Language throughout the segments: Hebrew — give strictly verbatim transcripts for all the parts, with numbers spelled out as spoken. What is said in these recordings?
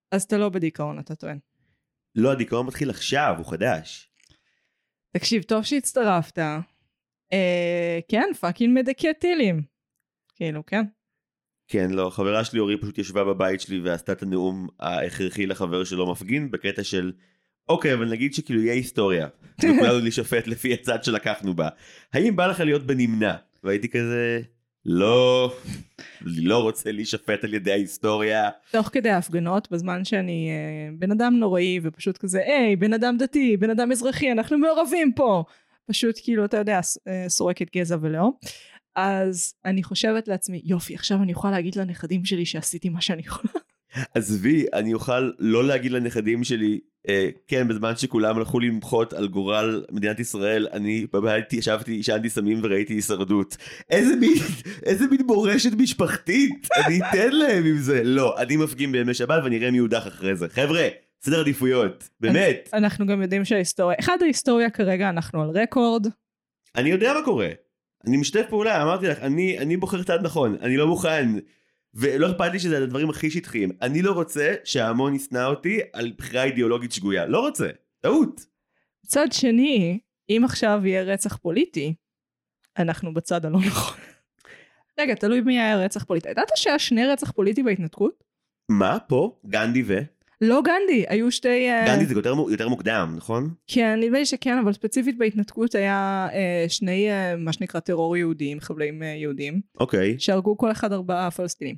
אז אתה לא בדיכאון, אתה טוען. לא, הדיכאון מתחיל עכשיו, הוא חדש. תקשיב, טוב שהצטרפת. אה, כן, פאקינג מדכא טילים. כאילו, כן. כן, לא, חברה שלי אורי פשוט ישבה בבית שלי ועשתה את הנאום ההכרחי לחבר שלו מפגין, בקטע של, אוקיי, אבל נגיד שכאילו יהיה היסטוריה, וכולנו להישפט לפי הצד שלקחנו בה. האם בא לך להיות בנמנע? והייתי כזה, לא, לא רוצה להישפט על ידי ההיסטוריה. תוך כדי ההפגנות, בזמן שאני אה, בן אדם נוראי, ופשוט כזה, היי, בן אדם דתי, בן אדם אזרחי, אנחנו מעורבים פה. פשוט כאילו, אתה יודע, סורקת גזע ולאום. אז אני חושבת לעצמי, יופי, עכשיו אני יכולה להגיד לנכדים שלי שעשיתי מה שאני יכולה. עזבי, אני אוכל לא להגיד לנכדים שלי, אה, כן, בזמן שכולם הלכו למחות על גורל מדינת ישראל, אני בבית ישבתי, ישנתי סמים וראיתי הישרדות. איזה מין, איזה מין מורשת משפחתית, אני אתן להם עם זה. לא, אני מפגין בימי שבת ואני אראה מי יודח אחרי זה. חבר'ה, סדר עדיפויות, באמת. אנחנו גם יודעים שההיסטוריה, אחד ההיסטוריה כרגע אנחנו על רקורד. אני יודע מה קורה. אני משתף פעולה, אמרתי לך, אני, אני בוחר צעד נכון, אני לא מוכן, ולא אכפת לי שזה הדברים הכי שטחיים. אני לא רוצה שההמון ישנא אותי על בחירה אידיאולוגית שגויה. לא רוצה, טעות. צד שני, אם עכשיו יהיה רצח פוליטי, אנחנו בצד הלא נכון. רגע, תלוי מי היה רצח פוליטי. ידעת שהיה שני רצח פוליטי בהתנתקות? מה פה? גנדי ו? לא גנדי, היו שתי... גנדי זה יותר, יותר מוקדם, נכון? כן, נדמה לי שכן, אבל ספציפית בהתנתקות היה שני, מה שנקרא טרור יהודים, חבלים יהודים. אוקיי. שהרגו כל אחד ארבעה פלסטינים.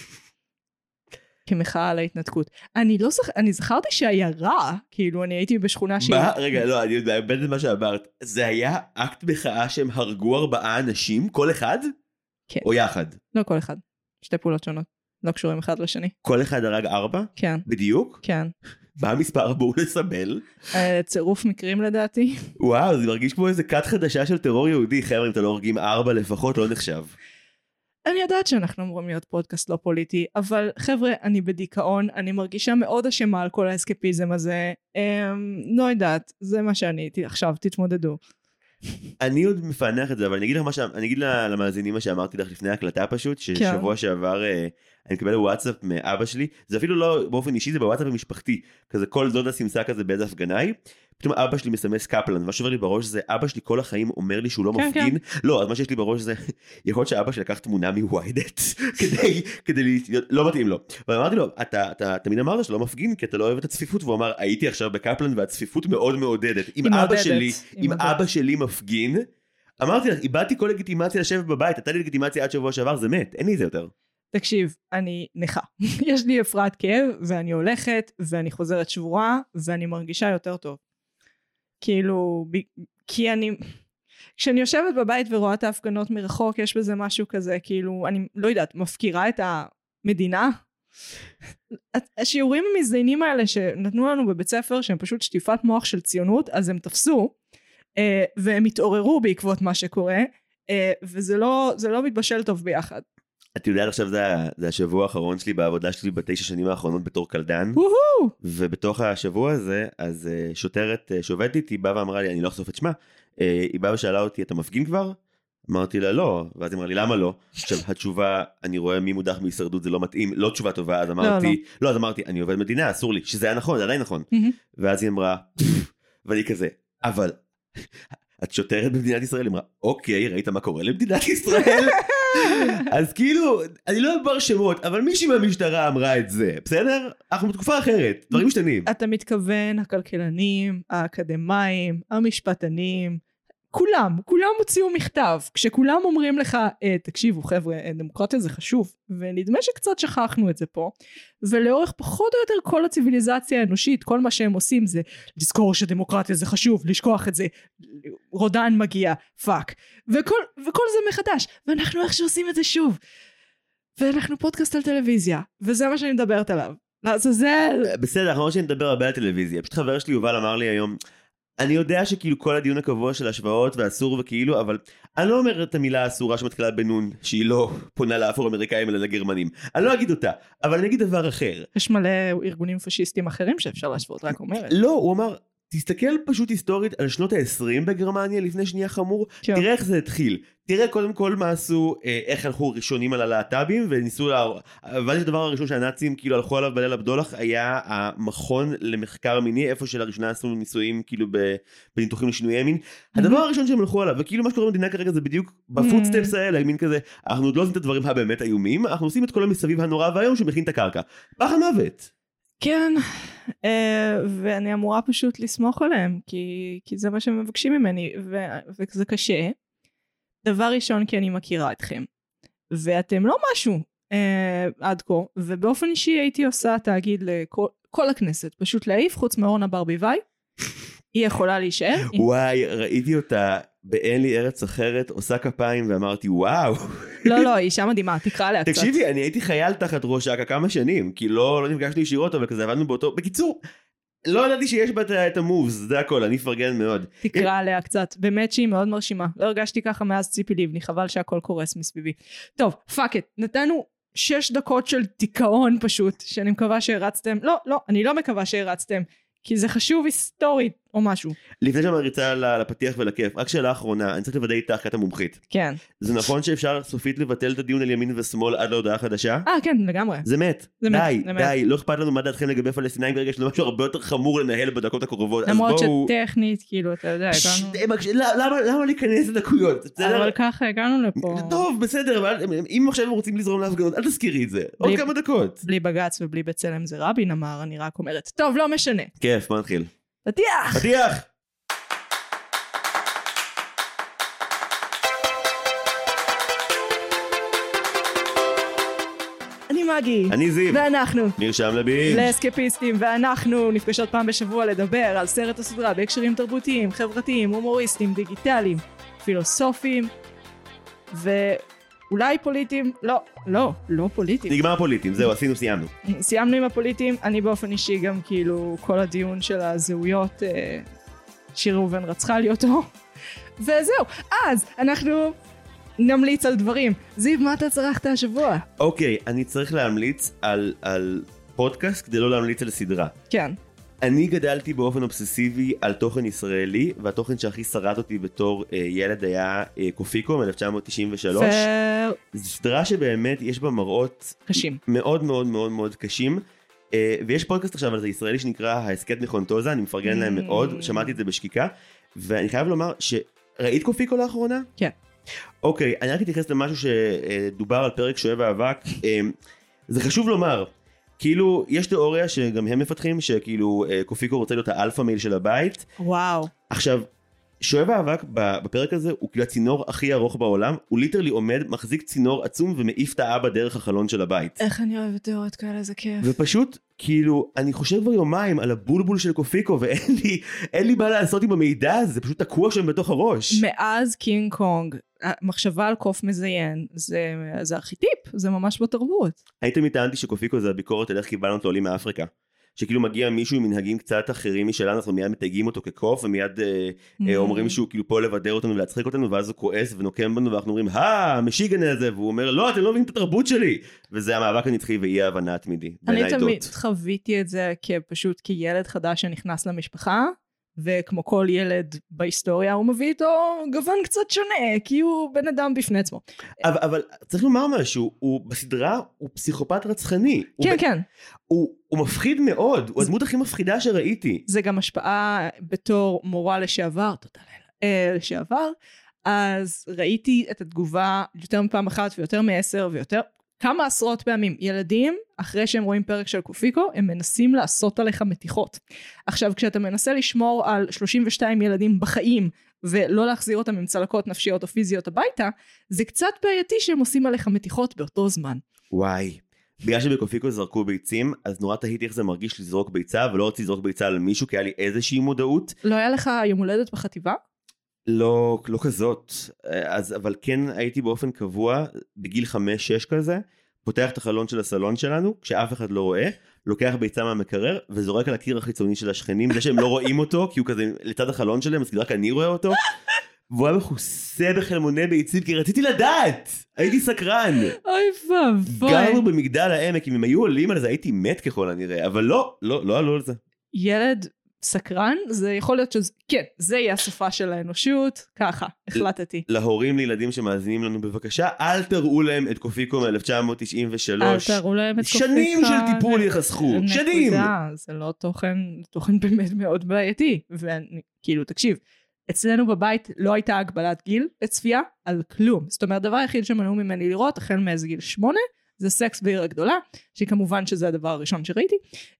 כמחאה על ההתנתקות. אני לא זכ... אני זכרתי שהיה רע, כאילו אני הייתי בשכונה שהיא... מה? רגע, לא, אני יודע, באמת מה שאמרת. זה היה אקט מחאה שהם הרגו ארבעה אנשים, כל אחד? כן. או יחד? לא כל אחד. שתי פעולות שונות. לא קשורים אחד לשני. כל אחד הרג ארבע? כן. בדיוק? כן. מה המספר בואו לסבל? צירוף מקרים לדעתי. וואו, זה מרגיש כמו איזה קאט חדשה של טרור יהודי. חבר'ה, אם אתה לא הורגים ארבע לפחות, לא נחשב. אני יודעת שאנחנו אמורים להיות פודקאסט לא פוליטי, אבל חבר'ה, אני בדיכאון, אני מרגישה מאוד אשמה על כל האסקפיזם הזה. לא יודעת, זה מה שאני הייתי עכשיו, תתמודדו. אני עוד מפענח את זה, אבל אני אגיד לך מה ש... אני אגיד למאזינים מה שאמרתי לך לפני ההקלטה פשוט, ששבוע שעבר אני מקבל וואטסאפ מאבא שלי, זה אפילו לא באופן אישי, זה בוואטסאפ המשפחתי, כזה כל דודה סימסה כזה באיזה הפגנה היא, פתאום אבא שלי מסמס קפלן, מה שעובר לי בראש זה, אבא שלי כל החיים אומר לי שהוא לא כן, מפגין, כן. לא, אז מה שיש לי בראש זה, יכול להיות שאבא שלי לקח תמונה מוויידט, כדי, כדי, לא מתאים לו, ואמרתי לו, אתה, אתה תמיד אמרת שלא מפגין, כי אתה לא אוהב את הצפיפות, והוא אמר, הייתי עכשיו בקפלן, והצפיפות מאוד מעודדת, אם אבא שלי, אם אבא שלי מפגין, אמרתי לך, איבדתי כל לגיטימציה לשבת בבית, אתה לי לגיטימציה עד שבוע שעבר, זה מת, אין לי זה יותר. תקשיב, אני נכה. יש לי הפרעת כאב, ואני הולכת, ואני חוזרת שבורה, ואני מרגישה יותר טוב. כאילו, ב... כי אני... כשאני יושבת בבית ורואה את ההפגנות מרחוק, יש בזה משהו כזה, כאילו, אני לא יודעת, מפקירה את המדינה. השיעורים המזדיינים האלה שנתנו לנו בבית ספר, שהם פשוט שטיפת מוח של ציונות, אז הם תפסו, והם התעוררו בעקבות מה שקורה, וזה לא, זה לא מתבשל טוב ביחד. את יודעת עכשיו זה, זה השבוע האחרון שלי בעבודה שלי בתשע שנים האחרונות בתור קלדן, ובתוך השבוע הזה אז שוטרת שעובדת איתי באה ואמרה לי, אני לא אחשוף את שמה, היא באה ושאלה אותי, אתה מפגין כבר? אמרתי לה לא, ואז היא אמרה לי למה לא? עכשיו התשובה, אני רואה מי מודח בהישרדות, זה לא מתאים, לא תשובה טובה, אז אמרתי, לא, לא. לא אז אמרתי, אני עובד מדינה, אסור לי, שזה היה נכון, זה עדיין נכון, ואז היא אמרה, ואני כזה, אבל את שוטרת במדינת ישראל, היא אמרה, אוקיי, ראית מה קורה למדינת ישראל? אז כאילו, אני לא אבר שמות, אבל מישהי מהמשטרה אמרה את זה, בסדר? אנחנו בתקופה אחרת, דברים משתנים. אתה מתכוון, הכלכלנים, האקדמיים, המשפטנים, כולם, כולם הוציאו מכתב, כשכולם אומרים לך, תקשיבו חבר'ה, דמוקרטיה זה חשוב, ונדמה שקצת שכחנו את זה פה, ולאורך פחות או יותר כל הציביליזציה האנושית, כל מה שהם עושים זה, לזכור שדמוקרטיה זה חשוב, לשכוח את זה, רודן מגיע, פאק, וכל, וכל זה מחדש, ואנחנו איך שעושים את זה שוב, ואנחנו פודקאסט על טלוויזיה, וזה מה שאני מדברת עליו, לעזאזל. בסדר, אנחנו לא שנדבר הרבה על טלוויזיה, פשוט חבר שלי יובל אמר לי היום, אני יודע שכאילו כל הדיון הקבוע של השוואות ואסור וכאילו, אבל אני לא אומר את המילה אסורה שמתחילה בנון, שהיא לא פונה לאפרו-אמריקאים אלא לגרמנים. אני לא אגיד אותה, אבל אני אגיד דבר אחר. יש מלא ארגונים פשיסטים אחרים שאפשר להשוות, רק אומרת. לא, הוא אמר, תסתכל פשוט היסטורית על שנות ה-עשרים בגרמניה לפני שנייה חמור, כן. תראה איך זה התחיל, תראה קודם כל מה עשו, איך הלכו ראשונים על הלהט"בים, וניסו, לה... הבנתי שהדבר הראשון שהנאצים כאילו הלכו עליו בליל הבדולח, היה המכון למחקר מיני, איפה שלראשונה עשו ניסויים כאילו בניתוחים לשינויי מין, mm-hmm. הדבר הראשון שהם הלכו עליו, וכאילו מה שקורה במדינה כרגע זה בדיוק בפוטסטפס mm-hmm. האלה, מין כזה, אנחנו עוד לא עושים את הדברים הבאמת איומים, אנחנו עושים את כל המסביב הנורא והיום שמכין את הקרקע, פח המוות. כן, ואני אמורה פשוט לסמוך עליהם, כי, כי זה מה שהם מבקשים ממני, ו, וזה קשה. דבר ראשון, כי אני מכירה אתכם, ואתם לא משהו אה, עד כה, ובאופן אישי הייתי עושה תאגיד לכל כל הכנסת, פשוט להעיף חוץ מאורנה ברביבאי, היא יכולה להישאר. וואי, ראיתי אותה באין לי ארץ אחרת, עושה כפיים ואמרתי וואו. לא, לא, אישה מדהימה, תקרא לה קצת. תקשיבי, אני הייתי חייל תחת ראש אכ"א כמה שנים, כי לא, לא נפגשנו ישירות, אבל כזה עבדנו באותו, בקיצור, לא ידעתי שיש בה את המובס, זה הכל, אני פרגן מאוד. תקרא עליה קצת, באמת שהיא מאוד מרשימה, לא הרגשתי ככה מאז ציפי לבני, חבל שהכל קורס מסביבי. טוב, פאק את, נתנו שש דקות של דיכאון פשוט, שאני מקווה שהרצתם, לא, לא, אני לא מקווה שהרצתם, כי זה חשוב היסטורית או משהו. לפני שמריצה לפתיח ולכיף, רק שאלה אחרונה, אני צריך לוודא איתך כי את המומחית. כן. זה נכון שאפשר סופית לבטל את הדיון על ימין ושמאל עד להודעה חדשה? אה, כן, לגמרי. זה מת. זה די, מת, די, לא אכפת לנו מה דעתכם לגבי פלסטינאים ברגע שזה משהו הרבה יותר חמור לנהל בדקות הקרובות. למרות שטכנית, כאילו, אתה יודע, הגענו... למה להיכנס לדקויות? אבל ככה הגענו לפה. טוב, בסדר, אבל אם עכשיו רוצים לזרום להפגנות, אל תזכירי את זה. עוד כמה דקות. בלי בג"ץ ובלי בצלם זה רבין אמר, אני רק אומרת. טוב, לא משנה. כיף, מה נתחיל? פתיח! פתיח! אני מגי. אני זיו. ואנחנו. נרשם לבינג'. לאסקפיסטים, ואנחנו נפגשות פעם בשבוע לדבר על סרט הסדרה בהקשרים תרבותיים, חברתיים, הומוריסטיים, דיגיטליים, פילוסופיים, ואולי פוליטיים. לא, לא, לא פוליטיים. נגמר פוליטיים, זהו, עשינו, סיימנו. סיימנו עם הפוליטיים, אני באופן אישי גם כאילו כל הדיון של הזהויות, אה, שיר ראובן רצחה לי אותו, וזהו. אז אנחנו נמליץ על דברים. זיו, מה אתה צרכת השבוע? אוקיי, אני צריך להמליץ על, על פודקאסט כדי לא להמליץ על סדרה. כן. אני גדלתי באופן אובססיבי על תוכן ישראלי, והתוכן שהכי שרט אותי בתור אה, ילד היה אה, קופיקו מ-אלף תשע מאות תשעים ושלוש. פר... זו סדרה שבאמת יש בה מראות קשים. מאוד מאוד מאוד מאוד קשים. אה, ויש פודקאסט עכשיו על זה ישראלי שנקרא ההסקט מחונטוזה, אני מפרגן להם מאוד, שמעתי את זה בשקיקה, ואני חייב לומר שראית קופיקו לאחרונה? כן. אוקיי, אני רק אתייחס למשהו שדובר על פרק שואב האבק. אה, זה חשוב לומר, כאילו, יש תיאוריה שגם הם מפתחים, שכאילו קופיקו רוצה להיות האלפא מייל של הבית. וואו. עכשיו, שואב האבק בפרק הזה הוא כאילו הצינור הכי ארוך בעולם, הוא ליטרלי עומד, מחזיק צינור עצום ומעיף את האבא דרך החלון של הבית. איך אני אוהבת תיאוריות כאלה, זה כיף. ופשוט, כאילו, אני חושב כבר יומיים על הבולבול של קופיקו, ואין לי, אין לי מה לעשות עם המידע הזה, זה פשוט תקוע שם בתוך הראש. מאז קינג קונג, מחשבה על קוף מזיין, זה, זה ארכיטיפ, זה ממש בתרבות. אני תמיד טענתי שקופיקו זה הביקורת על איך קיבלנו אותו עולים מאפריקה. שכאילו מגיע מישהו עם מנהגים קצת אחרים משלנו, אנחנו מיד מתייגים אותו כקוף, ומיד אה, mm. אה, אומרים שהוא כאילו פה לבדר אותנו ולהצחיק אותנו, ואז הוא כועס ונוקם בנו, ואנחנו אומרים, הא, משיגן הזה, והוא אומר, לא, אתם לא מבינים את התרבות שלי. וזה המאבק הנצחי ואי ההבנה התמידי. אני תמיד חוויתי את זה כפשוט כילד חדש שנכנס למשפחה, וכמו כל ילד בהיסטוריה, הוא מביא איתו גוון קצת שונה, כי הוא בן אדם בפני עצמו. אבל, אבל צריך לומר משהו, הוא בסדרה הוא פסיכופת רצחני. כן, הוא, כן. הוא, הוא מפחיד מאוד, הוא הדמות הכי מפחידה שראיתי. זה גם השפעה בתור מורה לשעבר, תודה לילה, לשעבר, אז ראיתי את התגובה יותר מפעם אחת ויותר מעשר ויותר, כמה עשרות פעמים, ילדים, אחרי שהם רואים פרק של קופיקו, הם מנסים לעשות עליך מתיחות. עכשיו, כשאתה מנסה לשמור על שלושים ושתיים ילדים בחיים, ולא להחזיר אותם עם צלקות נפשיות או פיזיות הביתה, זה קצת בעייתי שהם עושים עליך מתיחות באותו זמן. וואי, בגלל שבקופיקו זרקו ביצים, אז נורא תהיתי איך זה מרגיש לזרוק ביצה, ולא רציתי לזרוק ביצה על מישהו, כי היה לי איזושהי מודעות. לא היה לך יום הולדת בחטיבה? לא, לא כזאת, אז, אבל כן הייתי באופן קבוע, בגיל חמש שש כזה, פותח את החלון של הסלון שלנו, כשאף אחד לא רואה, לוקח ביצה מהמקרר, וזורק על הקיר החיצוני של השכנים, זה שהם לא רואים אותו, כי הוא כזה לצד החלון שלהם, אז רק אני רואה אותו, והוא היה מכוסה בחלמוני ביצים, כי רציתי לדעת, הייתי סקרן. אוי ואבוי. גרנו במגדל העמק, אם הם היו עולים על זה, הייתי מת ככל הנראה, אבל לא, לא, לא עלו על זה. ילד סקרן, זה יכול להיות שזה, כן, זה יהיה השפה של האנושות, ככה, החלטתי. להורים לילדים שמאזינים לנו בבקשה, אל תראו להם את קופיקו מ-אלף תשע מאות תשעים ושלוש. אל תראו להם את קופיקו. שנים של טיפול יחסכו, שנים. נקודה, זה לא תוכן, תוכן באמת מאוד בעייתי, וכאילו, תקשיב, אצלנו בבית לא הייתה הגבלת גיל לצפייה על כלום. זאת אומרת, דבר היחיד שמנעו ממני לראות, החל מאיזה גיל שמונה, זה סקס בעיר הגדולה, שכמובן שזה הדבר הראשון שראיתי.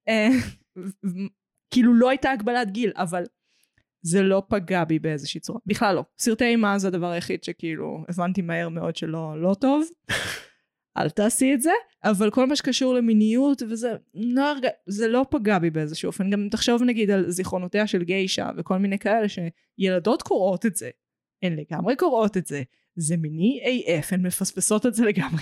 כאילו לא הייתה הגבלת גיל, אבל זה לא פגע בי באיזושהי צורה. בכלל לא. סרטי אימה זה הדבר היחיד שכאילו הבנתי מהר מאוד שלא לא טוב. אל תעשי את זה. אבל כל מה שקשור למיניות וזה, לא, זה לא פגע בי באיזשהו אופן. גם תחשוב נגיד על זיכרונותיה של גיישה וכל מיני כאלה שילדות קוראות את זה. הן לגמרי קוראות את זה. זה מיני איי אף, הן מפספסות את זה לגמרי.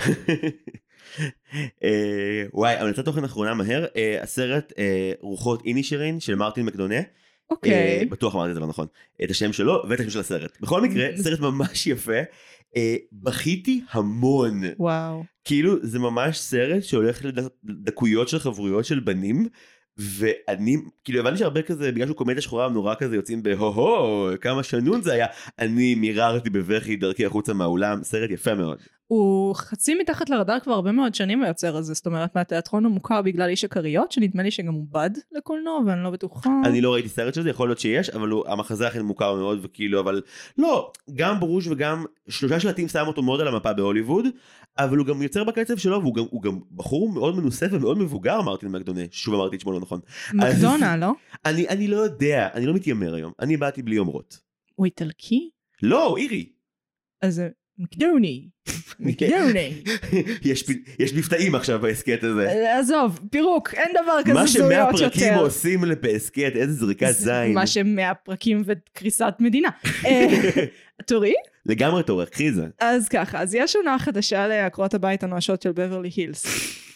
וואי, המלצת תוכן אחרונה מהר, הסרט רוחות אינישרין של מרטין מקדונה. אוקיי. בטוח אמרתי את זה לא נכון. את השם שלו ואת השם של הסרט. בכל מקרה, סרט ממש יפה. בכיתי המון. וואו. כאילו זה ממש סרט שהולך לדקויות של חברויות של בנים, ואני, כאילו הבנתי שהרבה כזה, בגלל שהוא קומדיה שחורה נורא כזה יוצאים ב-הו-הו, כמה שנון זה היה, אני מיררתי בבכי דרכי החוצה מהאולם, סרט יפה מאוד. הוא חצי מתחת לרדאר כבר הרבה מאוד שנים היוצר הזה, זאת אומרת מהתיאטרון המוכר בגלל איש הכריות, שנדמה לי שגם הוא בד לקולנוע, ואני לא בטוחה. אני לא ראיתי סרט שזה, יכול להיות שיש, אבל הוא, המחזה הכי מוכר מאוד, וכאילו, אבל לא, גם ברוש וגם שלושה שלטים שם אותו מאוד על המפה בהוליווד, אבל הוא גם יוצר בקצב שלו, והוא גם, הוא גם בחור מאוד מנוסף ומאוד מבוגר, מרטין מקדונה, שוב אמרתי את שמו לא נכון. מקדונה, לא? אני, אני לא יודע, אני לא מתיימר היום, אני באתי בלי אומרות. הוא איטלקי? לא, הוא אירי. אז מקדוני, מקדוני. יש מבטאים עכשיו בהסקט הזה. עזוב, פירוק, אין דבר כזה מה זויות יותר. שמאה פרקים עושים בהסקט, איזה זריקת זין. מה שמאה פרקים וקריסת מדינה. תורי? לגמרי תורך, קחי זה. אז ככה, אז יש עונה חדשה לעקרות הבית הנואשות של בברלי הילס.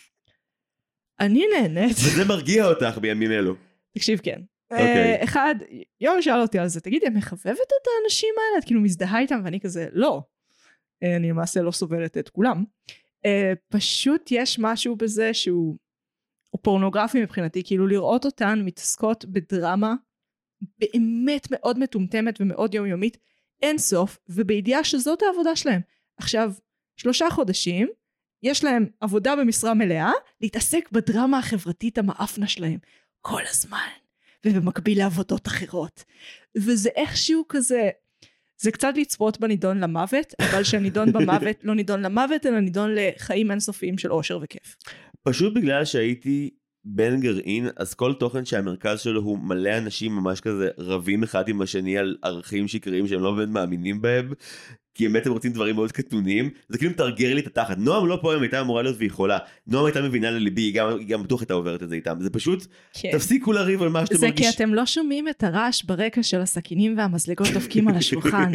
אני נהנית. וזה מרגיע אותך בימים אלו. תקשיב, כן. אחד, יום שאל אותי על זה, תגידי, את מחבבת את האנשים האלה? את כאילו מזדהה איתם, ואני כזה, לא. אני למעשה לא סובלת את כולם. פשוט יש משהו בזה שהוא פורנוגרפי מבחינתי, כאילו לראות אותן מתעסקות בדרמה באמת מאוד מטומטמת ומאוד יומיומית, אין סוף, ובידיעה שזאת העבודה שלהם. עכשיו, שלושה חודשים, יש להם עבודה במשרה מלאה, להתעסק בדרמה החברתית המאפנה שלהם, כל הזמן, ובמקביל לעבודות אחרות. וזה איכשהו כזה, זה קצת לצפות בנידון למוות, אבל שהנידון במוות לא נידון למוות, אלא נידון לחיים אינסופיים של אושר וכיף. פשוט בגלל שהייתי בן גרעין, אז כל תוכן שהמרכז שלו הוא מלא אנשים ממש כזה רבים אחד עם השני על ערכים שקריים שהם לא באמת מאמינים בהם, כי הם בעצם רוצים דברים מאוד קטונים, זה כאילו מתרגר לי את התחת. נועם לא פה, אם הייתה אמורה להיות ויכולה, נועם הייתה מבינה לליבי, היא גם, גם בטוח הייתה עוברת את זה איתם, זה פשוט, כן. תפסיקו לריב על מה שאתם זה מרגיש. כי אתם לא שומעים את הרעש ברקע של הסכינים והמזלגות דופקים על השולחן.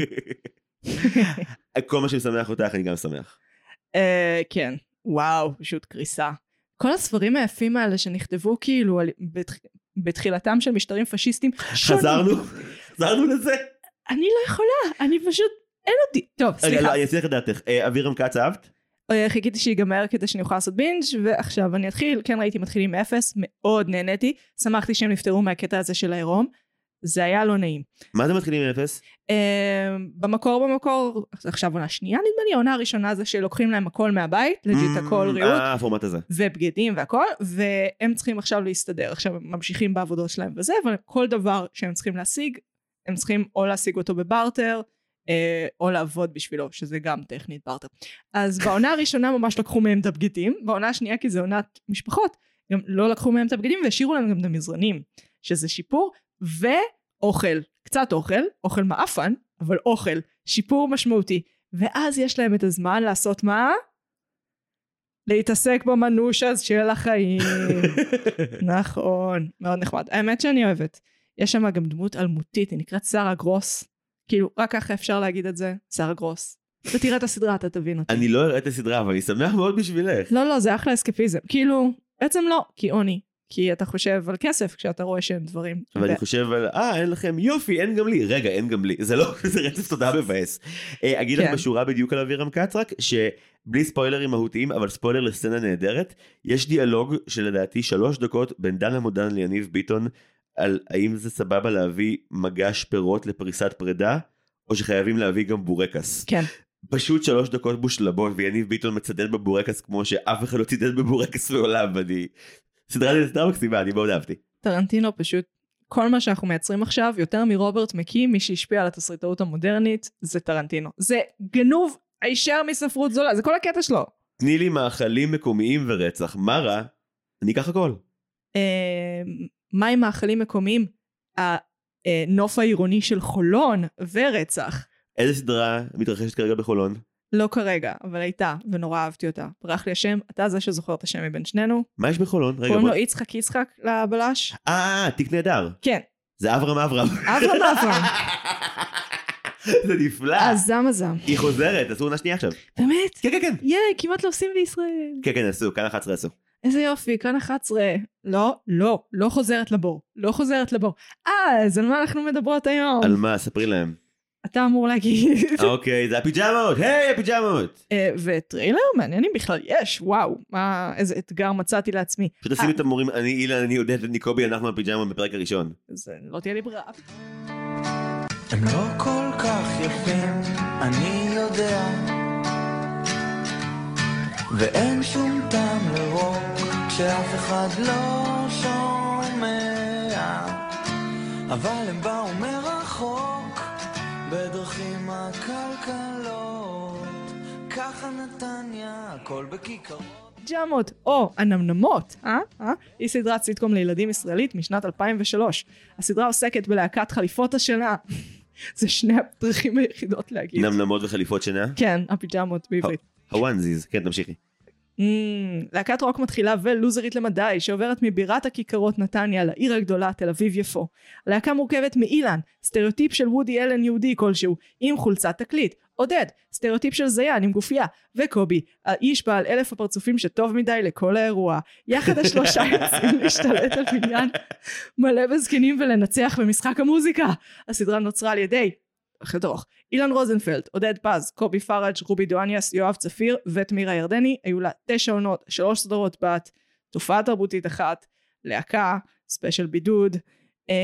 כל מה שמשמח אותך, אני גם שמח. uh, כן, וואו, פשוט קריסה. כל הספרים היפים האלה שנכתבו כאילו על, בתח... בתחילתם של משטרים פשיסטים. חזרנו? חזרנו לזה? אני לא יכולה, אני פשוט, אין אותי. טוב, סליחה. לא, אני אצליח לדעתך. אבירם כץ אהבת? חיכיתי שיגמר כדי שאני אוכל לעשות בינג' ועכשיו אני אתחיל, כן ראיתי מתחילים מאפס, מאוד נהניתי, שמחתי שהם נפטרו מהקטע הזה של העירום, זה היה לא נעים. מה זה מתחילים מאפס? במקור במקור, עכשיו עונה שנייה נדמה לי, העונה הראשונה זה שלוקחים להם הכל מהבית, לג'יט הכל ריהוט, אה, הפורמט הזה. ובגדים והכל, והם צריכים עכשיו להסתדר, עכשיו הם ממשיכים בעבודות שלהם וזה, אבל כל דבר שהם צריכים להשיג, הם צריכים או להשיג אותו בברטר, או לעבוד בשבילו, שזה גם טכנית ברטר. אז בעונה הראשונה ממש לקחו מהם את הבגדים, בעונה השנייה כי זה עונת משפחות, גם לא לקחו מהם את הבגדים והשאירו להם גם את המזרנים, שזה שיפור, ואוכל, קצת אוכל, אוכל מאפן, אבל אוכל, שיפור משמעותי, ואז יש להם את הזמן לעשות מה? להתעסק במנוש של החיים. נכון, מאוד נחמד. האמת שאני אוהבת. יש שם גם דמות אלמותית, היא נקראת שרה גרוס, כאילו, רק ככה אפשר להגיד את זה, שרה גרוס. אתה תראה את הסדרה, אתה תבין אותי. אני לא אראה את הסדרה, אבל אני שמח מאוד בשבילך. לא, לא, זה אחלה אסקפיזם. כאילו, בעצם לא, כי עוני. כי אתה חושב על כסף כשאתה רואה שהם דברים. ואני חושב על, אה, אין לכם, יופי, אין גם לי. רגע, אין גם לי. זה לא, זה רצף תודה מבאס. אגיד לך בשורה בדיוק על אבירם כץ רק, שבלי ספוילרים מהותיים, אבל ספוילר לסצנה נהדרת, יש דיאלוג שלדעתי שלוש דקות בין דנה מודן ליניב ביטון, על האם זה סבבה להביא מגש פירות לפריסת פרידה, או שחייבים להביא גם בורקס. כן. פשוט שלוש דקות מושלמות, ויניב ביטון מצדד בבורקס כמו שאף אחד לא צידד בבורקס בעולם, ואני... סדרה לי סדרה מקסימה, אני מאוד אהבתי. טרנטינו פשוט, כל מה שאנחנו מייצרים עכשיו, יותר מרוברט מקי, מי שהשפיע על התסריטאות המודרנית, זה טרנטינו. זה גנוב הישר מספרות זולה, זה כל הקטע שלו. תני לי מאכלים מקומיים ורצח, מה רע? אני אקח הכל. מה עם מאכלים מקומיים? הנוף העירוני של חולון ורצח. איזה סדרה מתרחשת כרגע בחולון? לא כרגע, אבל הייתה, ונורא אהבתי אותה. ברח לי השם, אתה זה שזוכר את השם מבין שנינו. מה יש בחולון? קוראים לו יצחק יצחק לבלש. אה, תיק נהדר. כן. זה אברהם אברהם. אברהם אברהם. זה נפלא. הזם הזם. היא חוזרת, עשו עונה שנייה עכשיו. באמת? כן, כן, כן. ייי, כמעט לא עושים בישראל. כן, כן, עשו, כאן אחת עשרה עשו. איזה יופי, כאן אחת עשרה. לא, לא, לא חוזרת לבור. לא חוזרת לבור. אה, אז על מה אנחנו מדברות היום? על מה? ספרי להם. אתה אמור להגיד. אוקיי, זה הפיג'מות, היי, הפיג'מות. וטריילר מעניינים בכלל, יש, וואו, איזה אתגר מצאתי לעצמי. שתשימי את המורים, אני אילן, אני עודד, אני קובי, אנחנו הפיג'מות בפרק הראשון. זה לא תהיה לי ברירה. הם לא כל כך יפים, אני יודע, ואין שום טעם לרוק כשאף אחד לא שומע, אבל הם באו מרחוק בדרכים הכלכלות, ככה נתניה, הכל בכיכרות. פיג'מות או הנמנמות, אה? אה? היא סדרת סיטקום לילדים ישראלית משנת אלפיים ושלוש. הסדרה עוסקת בלהקת חליפות השינה. זה שני הדרכים היחידות להגיד. נמנמות וחליפות שינה? כן, הפיג'מות בעברית. הוואנזיז, כן, תמשיכי. להקת רוק מתחילה ולוזרית למדי שעוברת מבירת הכיכרות נתניה לעיר הגדולה תל אביב יפו. הלהקה מורכבת מאילן, סטריאוטיפ של וודי אלן יהודי כלשהו עם חולצת תקליט, עודד, סטריאוטיפ של זיין עם גופייה, וקובי, האיש בעל אלף הפרצופים שטוב מדי לכל האירוע. יחד השלושה יוצאים להשתלט על בניין מלא בזקנים ולנצח במשחק המוזיקה. הסדרה נוצרה על ידי חדרוך, אילן רוזנפלד, עודד פז, קובי פראג', רובי דואניאס, יואב צפיר ותמירה ירדני. היו לה תשע עונות, שלוש סדרות בת, תופעה תרבותית אחת, להקה, ספיישל בידוד. אה,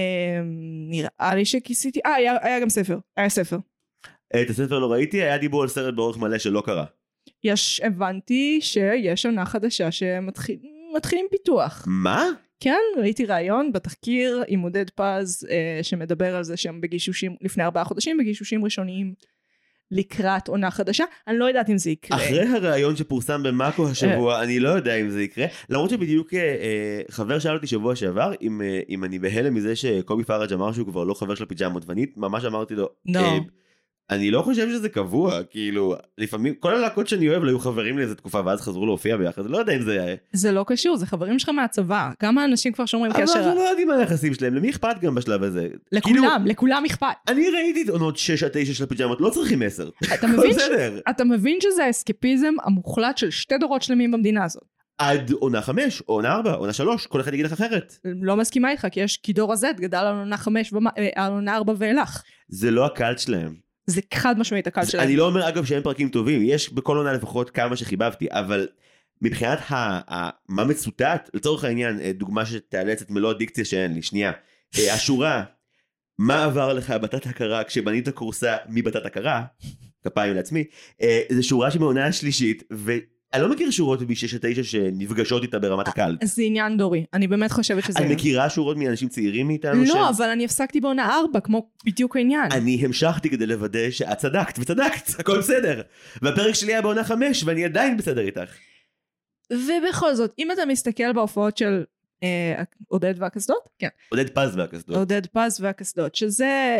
נראה לי שכיסיתי, אה, היה, היה גם ספר, היה ספר. את הספר לא ראיתי, היה דיבור על סרט באורך מלא שלא קרה. יש, הבנתי שיש עונה חדשה שמתחילים פיתוח. מה? כן, ראיתי רעיון בתחקיר עם עודד פז אה, שמדבר על זה שהם בגישושים, לפני ארבעה חודשים, בגישושים ראשוניים לקראת עונה חדשה. אני לא יודעת אם זה יקרה. אחרי הרעיון שפורסם במאקו השבוע, אני לא יודע אם זה יקרה. למרות שבדיוק אה, חבר שאל אותי שבוע שעבר, אם, אה, אם אני בהלם מזה שקובי פראג' אמר שהוא כבר לא חבר של הפיג'מות, ואני ממש אמרתי לו, no. אה, אני לא חושב שזה קבוע, כאילו, לפעמים, כל הלהקות שאני אוהב לא היו חברים לאיזה תקופה, ואז חזרו להופיע ביחד, לא יודע אם זה היה. זה לא קשור, זה חברים שלך מהצבא, כמה אנשים כבר שומרים קשר. אבל אנחנו לא יודעים מה היחסים שלהם, למי אכפת גם בשלב הזה? לכולם, כאילו, לכולם אכפת. אני ראיתי את עונות שש עד תשע של הפיג'מות, לא צריכים עשר. אתה מבין, ש... אתה מבין שזה האסקפיזם המוחלט של שתי דורות שלמים במדינה הזאת. עד עונה חמש, או עונה ארבע, עונה שלוש, כל אחד יגיד לך אחרת. לא מסכימה איתך, כי יש כדור הזד, גדל על עונה חמש, על עונה ארבע ואילך. זה לא הקלט שלהם. זה חד משמעית הקל שלהם. אני לא אומר אגב שהם פרקים טובים, יש בכל עונה לפחות כמה שחיבבתי, אבל מבחינת מה מצוטט, לצורך העניין, דוגמה שתאלץ את מלוא הדיקציה שאין לי, שנייה, השורה, מה עבר לך בתת הכרה כשבנית קורסה מבתת הכרה, כפיים לעצמי, זו שורה שמעונה השלישית, ואני לא מכיר שורות ב-שש עד תשע שנפגשות איתה ברמת הקל. זה עניין דורי, אני באמת חושבת שזה... אני מכירה שורות מאנשים צעירים מאיתנו? לא, אבל אני הפסקתי בעונה ארבע, כמו בדיוק העניין. אני המשכתי כדי לוודא שאת צדקת, וצדקת, הכל בסדר. והפרק שלי היה בעונה חמש, ואני עדיין בסדר איתך. ובכל זאת, אם אתה מסתכל בהופעות של עודד והקסדות, כן. עודד פז והקסדות. עודד פז והקסדות, שזה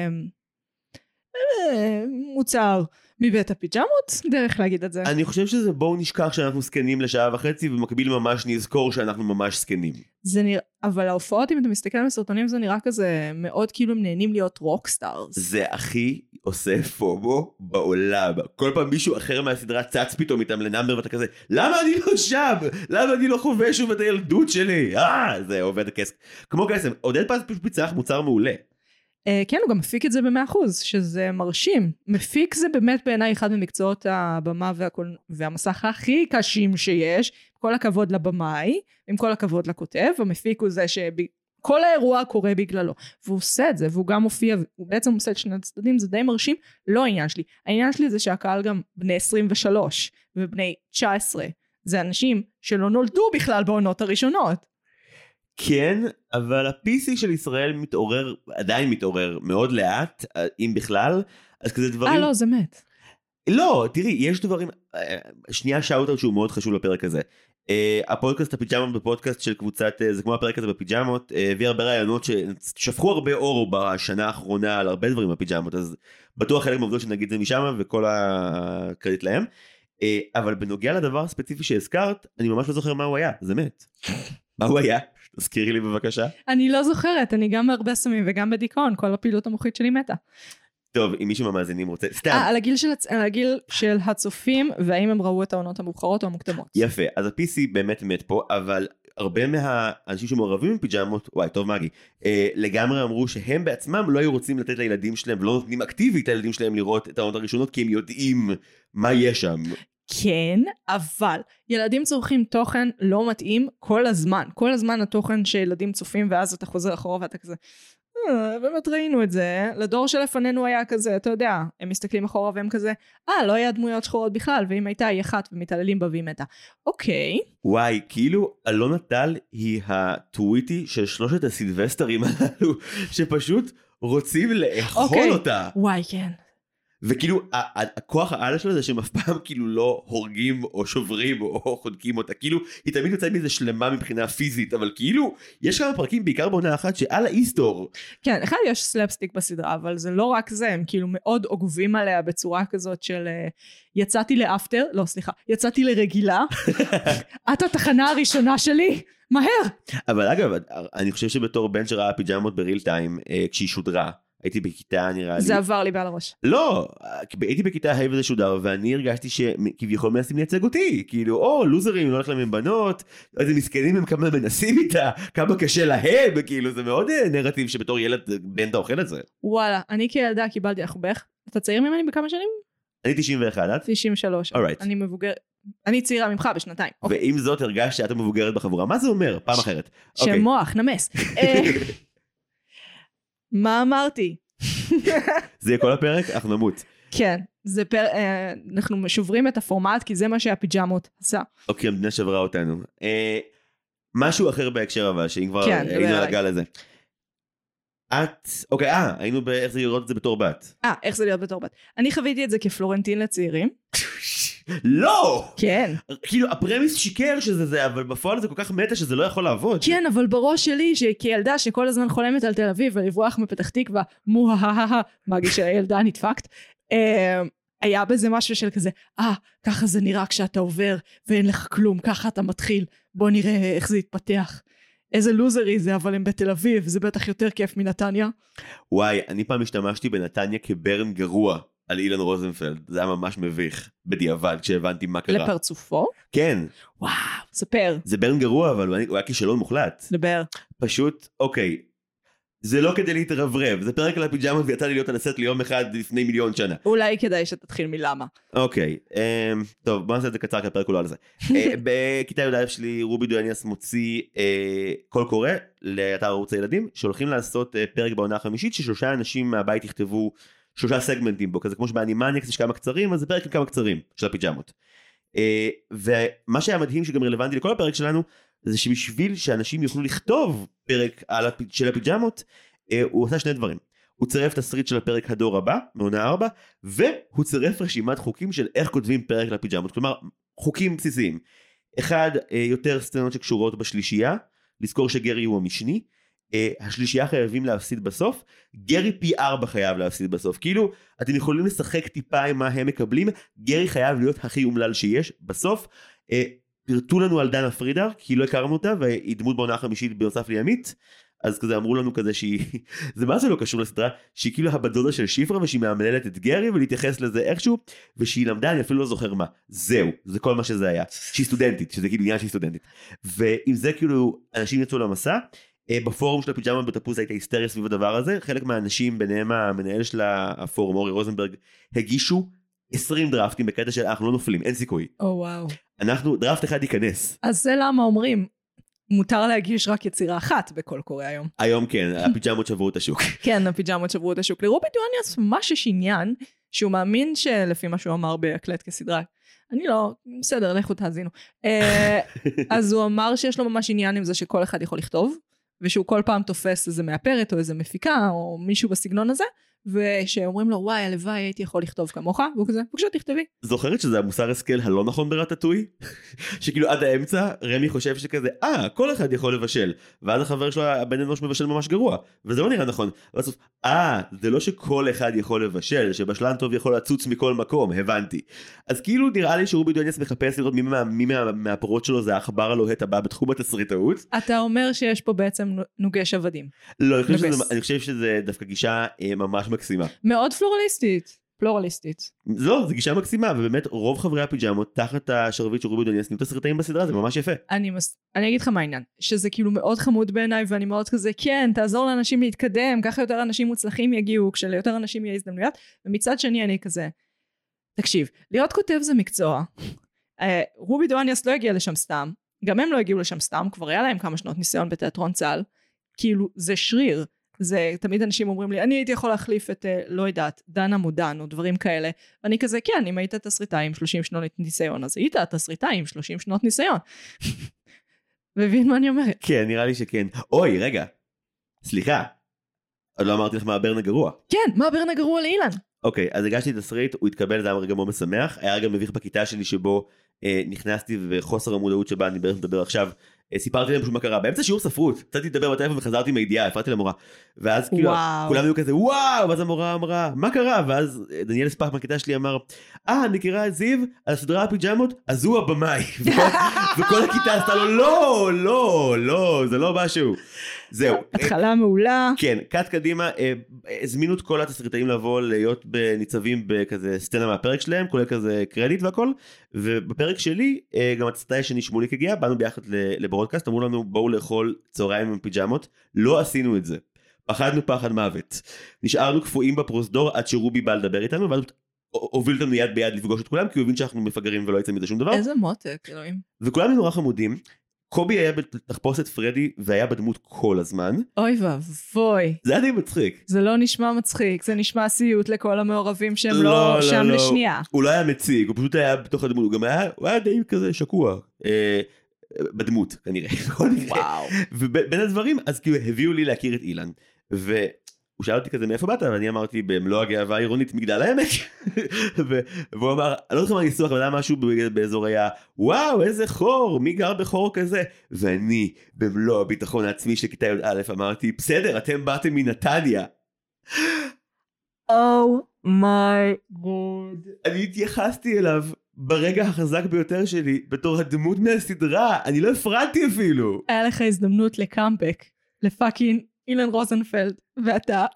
מוצר מבית הפיג'מות, דרך להגיד את זה. אני חושב שזה בואו נשכח שאנחנו סקנים לשעה וחצי, ובמקביל ממש נזכור שאנחנו ממש סקנים. זה נראה, אבל ההופעות, אם אתה מסתכל על הסרטונים, זה נראה כזה מאוד כאילו הם נהנים להיות רוקסטארס. זה הכי עושה פובו בעולם. כל פעם מישהו אחר מהסדרה צץ פתאום איתם לנאמבר ואתה כזה, למה אני לא שם? למה אני לא חווה שוב את הילדות שלי? אה, זה עובד הכסף. כמו קסם, עודד פז פשוט פיצח מוצר מעולה. כן, הוא גם מפיק את זה במאה אחוז, שזה מרשים. מפיק זה באמת בעיניי אחד ממקצועות הבמה והמסך הכי קשים שיש. כל הכבוד לבמאי, עם כל הכבוד לכותב, המפיק הוא זה כל האירוע קורה בגללו, והוא עושה את זה, והוא גם מופיע, הוא בעצם עושה את שני הצדדים, זה די מרשים, לא העניין שלי. העניין שלי זה שהקהל גם בני עשרים ושלוש, ובני תשע עשרה, זה אנשים שלא נולדו בכלל בעונות הראשונות. כן, אבל ה-פי סי של ישראל מתעורר, עדיין מתעורר מאוד לאט, אם בכלל, אז כזה דברים... אה, לא, זה מת. לא, תראי, יש דברים, שנייה שאוט-אאוט שהוא מאוד חשוב לפרק הזה. Uh, הפודקאסט הפיג'מות בפודקאסט של קבוצת, uh, זה כמו הפרק הזה בפיג'מות, uh, הביא הרבה רעיונות ששפכו הרבה אור בשנה האחרונה על הרבה דברים בפיג'מות, אז בטוח חלק מהעובדות שנגיד זה משם וכל הקרדיט להם. Uh, אבל בנוגע לדבר הספציפי שהזכרת, אני ממש לא זוכר מה הוא היה, זה מת. מה הוא היה? תזכירי לי בבקשה. אני לא זוכרת, אני גם בהרבה סמים וגם בדיכאון, כל הפעילות המוחית שלי מתה. טוב, אם מישהו מהמאזינים רוצה, סתם. אה, על הגיל של, על הגיל של הצופים, והאם הם ראו את העונות המאוחרות או המוקדמות. יפה, אז ה-פי סי באמת מת פה, אבל הרבה מהאנשים שמעורבים בפיג'מות, וואי, טוב מגי, אה, לגמרי אמרו שהם בעצמם לא היו רוצים לתת לילדים שלהם, ולא נותנים אקטיבית לילדים שלהם לראות את העונות הראשונות, כי הם יודעים מה יש שם. כן, אבל ילדים צורכים תוכן לא מתאים כל הזמן. כל הזמן התוכן שילדים צופים, ואז אתה חוזר אחורה ואתה כזה... באמת ראינו את זה, לדור שלפנינו היה כזה, אתה יודע, הם מסתכלים אחורה והם כזה, אה, לא היה דמויות שחורות בכלל, ואם הייתה היא אחת ומתעללים בה והיא מתה. אוקיי. וואי, כאילו, אלונה טל היא הטוויטי של שלושת הסילבסטרים הללו, שפשוט רוצים לאכול אותה. וואי, כן. וכאילו, הכוח העל שלו זה שהם אף פעם כאילו לא הורגים או שוברים או חודקים אותה, כאילו, היא תמיד יוצאת מזה שלמה מבחינה פיזית, אבל כאילו, יש כמה פרקים, בעיקר בעונה אחת, שעל האיסטור. כן, אחד יש סלאפסטיק בסדרה, אבל זה לא רק זה, הם כאילו מאוד עוגבים עליה בצורה כזאת של, יצאתי לאפטר, לא, סליחה, יצאתי לרגילה, את התחנה הראשונה שלי, מהר. אבל אגב, אני חושב שבתור בן שראה פיג'מות בריל טיים, כשהיא שודרה, הייתי בכיתה נראה לי. זה עבר לי בעל הראש. לא, הייתי בכיתה ה' וזה שודר, ואני הרגשתי שכביכול מנסים לייצג אותי, כאילו, או, לוזרים, לא הולך להם עם בנות, איזה מסכנים הם כמה מנסים איתה, כמה קשה להם, כאילו, זה מאוד נרטיב שבתור ילד בן אתה אוכל את זה. וואלה, אני כילדה קיבלתי אחובך, אתה צעיר ממני בכמה שנים? אני תשעים ואחת, את? תשעים ושלוש. Alright. אני מבוגר, אני צעירה ממך בשנתיים. ועם זאת הרגשת שאת מבוגרת בחבורה, מה זה אומר? פעם אחרת. שמוח, נמס. מה אמרתי? זה יהיה כל הפרק, אנחנו נמות. כן, זה פר... אה, אנחנו שוברים את הפורמט, כי זה מה שהפיג'מות עשה. אוקיי, המדינה שברה אותנו. אה, משהו אחר בהקשר אבל, שאם כבר כן, היינו על הגל הזה. את, אוקיי, אה, היינו באיך זה לראות את זה בתור בת. אה, איך זה להיות בתור בת. אני חוויתי את זה כפלורנטין לצעירים. לא! כן. כאילו, הפרמיס שיקר שזה זה, אבל בפועל זה כל כך מטה שזה לא יכול לעבוד. כן, אבל בראש שלי, כילדה שכל הזמן חולמת על תל אביב ולברוח מפתח תקווה, מוהההה, מגי שהילדה נדפקת, היה בזה משהו של כזה, אה, ככה זה נראה כשאתה עובר ואין לך כלום, ככה אתה מתחיל, בוא נראה איך זה יתפתח. איזה לוזרי זה, אבל הם בתל אביב, זה בטח יותר כיף מנתניה. וואי, אני פעם השתמשתי בנתניה כברן גרוע על אילן רוזנפלד, זה היה ממש מביך בדיעבד כשהבנתי מה קרה. לפרצופו? כן. וואו, ספר. זה ברן גרוע, אבל הוא היה כישלון מוחלט. דבר. פשוט, אוקיי, זה לא כדי להתרברב, זה פרק על הפיג'מות ויצא לי להיות על הסט ליום אחד לפני מיליון שנה. אולי כדאי שתתחיל מלמה. אוקיי, אה, טוב, בוא נעשה את זה קצר, כי הפרק הוא לא על זה. אה, בכיתה י"א שלי, רובי דואניאס מוציא אה, קול קורא לאתר ערוץ הילדים, שהולכים לעשות אה, פרק בעונה החמישית, ששלושה אנשים מהבית יכתבו שלושה סגמנטים בו, כזה כמו שבאנימניאקס יש כמה קצרים, אז זה פרק עם כמה קצרים של הפיג'מות. אה, ומה שהיה מדהים שגם רלוונטי לכל הפרק שלנו, זה שבשביל שאנשים יוכלו לכתוב פרק על הפ... של הפיג'מות, אה, הוא עושה שני דברים. הוא צירף תסריט של הפרק הדור הבא, מעונה ארבע, והוא צירף רשימת חוקים של איך כותבים פרק לפיג'מות, כלומר, חוקים בסיסיים. אחד, אה, יותר סצנות שקשורות בשלישייה, לזכור שגרי הוא המשני, אה, השלישייה חייבים להפסיד בסוף, גרי פי ארבע חייב להפסיד בסוף, כאילו, אתם יכולים לשחק טיפה עם מה הם מקבלים, גרי חייב להיות הכי אומלל שיש, בסוף, אה, פרטו לנו על דנה פרידר, כי לא הכרנו אותה, והיא דמות בעונה החמישית בנוסף לימית, אז כזה אמרו לנו כזה שהיא, זה מה זה לא קשור לסדרה, שהיא כאילו הבדודה של שיפרה, ושהיא מאמללת את גרי, ולהתייחס לזה איכשהו, ושהיא למדה, אני אפילו לא זוכר מה, זהו, זה כל מה שזה היה, שהיא סטודנטית, שזה כאילו עניין שהיא סטודנטית, ועם זה כאילו, אנשים יצאו למסע, בפורום של הפיג'מות בתפוז הייתה היסטריה סביב הדבר הזה, חלק מהאנשים, ביניהם המנהל של הפורום, אורי רוזנברג, הגישו עשרים דרפטים בקטע של אנחנו לא נופלים, אין סיכוי. או וואו. אנחנו, דרפט אחד ייכנס. אז זה למה אומרים, מותר להגיש רק יצירה אחת בכל קורא היום. היום כן, הפיג'מות שברו את השוק. כן, הפיג'מות שברו את השוק. לרובי דואניאס ממש יש עניין, שהוא מאמין שלפי מה שהוא אמר בהקלט כסדרה, אני לא, בסדר, לכו תאזינו. אז הוא אמר שיש לו ממש עניין עם זה שכל אחד יכול לכתוב, ושהוא כל פעם תופס איזה מאפרת או איזה מפיקה, או מישהו בסגנון הזה, ושאומרים לו, וואי, הלוואי, הייתי יכול לכתוב כמוך, והוא כזה, בבקשה, תכתבי. זוכרת שזה המוסר השכל הלא נכון ברטטוי? שכאילו עד האמצע, רמי חושב שכזה, אה, כל אחד יכול לבשל, ואז החבר שלו, הבן אנוש מבשל ממש גרוע, וזה לא נראה נכון. ובסוף, אה, זה לא שכל אחד יכול לבשל, שבשלן טוב יכול לצוץ מכל מקום, הבנתי. אז כאילו נראה לי שרובי דואניאס מחפש לראות מי, מה, מי מה, מהפרות שלו זה החבר הלוהט הבא בתחום התסריטאות. אתה אומר שיש פה בעצם נוגש עבדים. לא, אני חושב שזה, אני חושב שזה דווקא גישה אה, ממש מקסימה. מאוד פלורליסטית, פלורליסטית. לא, זו גישה מקסימה, ובאמת רוב חברי הפיג'מות תחת השרביט של רובי דואניאס נהיו תסריטאים בסדרה, זה ממש יפה. אני, מס... אני אגיד לך מה העניין, שזה כאילו מאוד חמוד בעיניי, ואני מאוד כזה, כן, תעזור לאנשים להתקדם, ככה יותר אנשים מוצלחים יגיעו, כשליותר אנשים יהיה הזדמנויות, ומצד שני אני כזה, תקשיב, להיות כותב זה מקצוע, רובי דואניאס לא הגיע לשם סתם, גם הם לא הגיעו לשם סתם, כבר היה להם כמה שנות ניסיון בתיאטרון צה"ל, כאילו זה שריר, זה תמיד אנשים אומרים לי, אני הייתי יכול להחליף את, לא יודעת, דנה מודן או דברים כאלה, ואני כזה, כן, אם היית תסריטאי עם שלושים שנות ניסיון, אז היית תסריטאי עם שלושים שנות ניסיון. מבין מה אני אומרת? כן, נראה לי שכן. אוי, רגע, סליחה, עוד לא אמרתי לך מה הברן הגרוע. כן, מה הברן הגרוע לאילן? אוקיי, אז הגשתי תסריט, הוא התקבל, זה היה רגע מאוד משמח, היה רגע מביך בכיתה שלי שבו אה, נכנסתי וחוסר המודעות שבה אני בערך מדבר עכשיו, אה, סיפרתי להם פשוט מה קרה, באמצע שיעור ספרות, קצתי לדבר בטלפון וחזרתי מידיעה, הפרעתי למורה, ואז כאילו, כולם היו כזה, וואו, ואז המורה אמרה, מה קרה? ואז דניאל ספח מהכיתה שלי אמר, אה, אני מכירה את זיו, על הסדרה הפיג'מות, אז הוא הבמאי, וכל הכיתה עשתה לו, לא, לא, לא, זה לא משהו. זהו. התחלה מעולה. כן, קאט קדימה, הזמינו את כל התסריטאים לבוא להיות בניצבים בכזה סצנה מהפרק שלהם, כולל כזה קרדיט והכל, ובפרק שלי, גם התסריטאי השני שמוליק הגיע, באנו ביחד לברודקאסט, אמרו לנו בואו לאכול צהריים עם פיג'מות, לא עשינו את זה. פחדנו פחד מוות. נשארנו קפואים בפרוזדור עד שרובי בא לדבר איתנו, ואז הוביל אותנו יד ביד לפגוש את כולם, כי הוא הבין שאנחנו מפגרים ולא יצא מזה שום דבר. איזה מותק, אלוהים. וכולם נורא חמודים. קובי היה בתחפושת פרדי והיה בדמות כל הזמן. אוי ואבוי. זה היה די מצחיק. זה לא נשמע מצחיק, זה נשמע סיוט לכל המעורבים שהם לא, לא שם לא. לשנייה. הוא לא היה מציג, הוא פשוט היה בתוך הדמות, הוא גם היה, הוא היה די כזה שקוע. אה, בדמות כנראה. וואו. ובין הדברים, אז כאילו הביאו לי להכיר את אילן. ו... הוא שאל אותי כזה מאיפה באת, ואני אמרתי במלוא הגאווה העירונית מגדל העמק, והוא אמר, אני לא יודע מה ניסוח, אבל היה משהו באזור היה, וואו איזה חור, מי גר בחור כזה, ואני במלוא הביטחון העצמי של כיתה י"א אמרתי, בסדר, אתם באתם מנתניה. מיי גוד. אני התייחסתי אליו ברגע החזק ביותר שלי, בתור הדמות מהסדרה, אני לא הפרעתי אפילו. היה לך הזדמנות לקאמבק, לפאקינג, אילן רוזנפלד, ואתה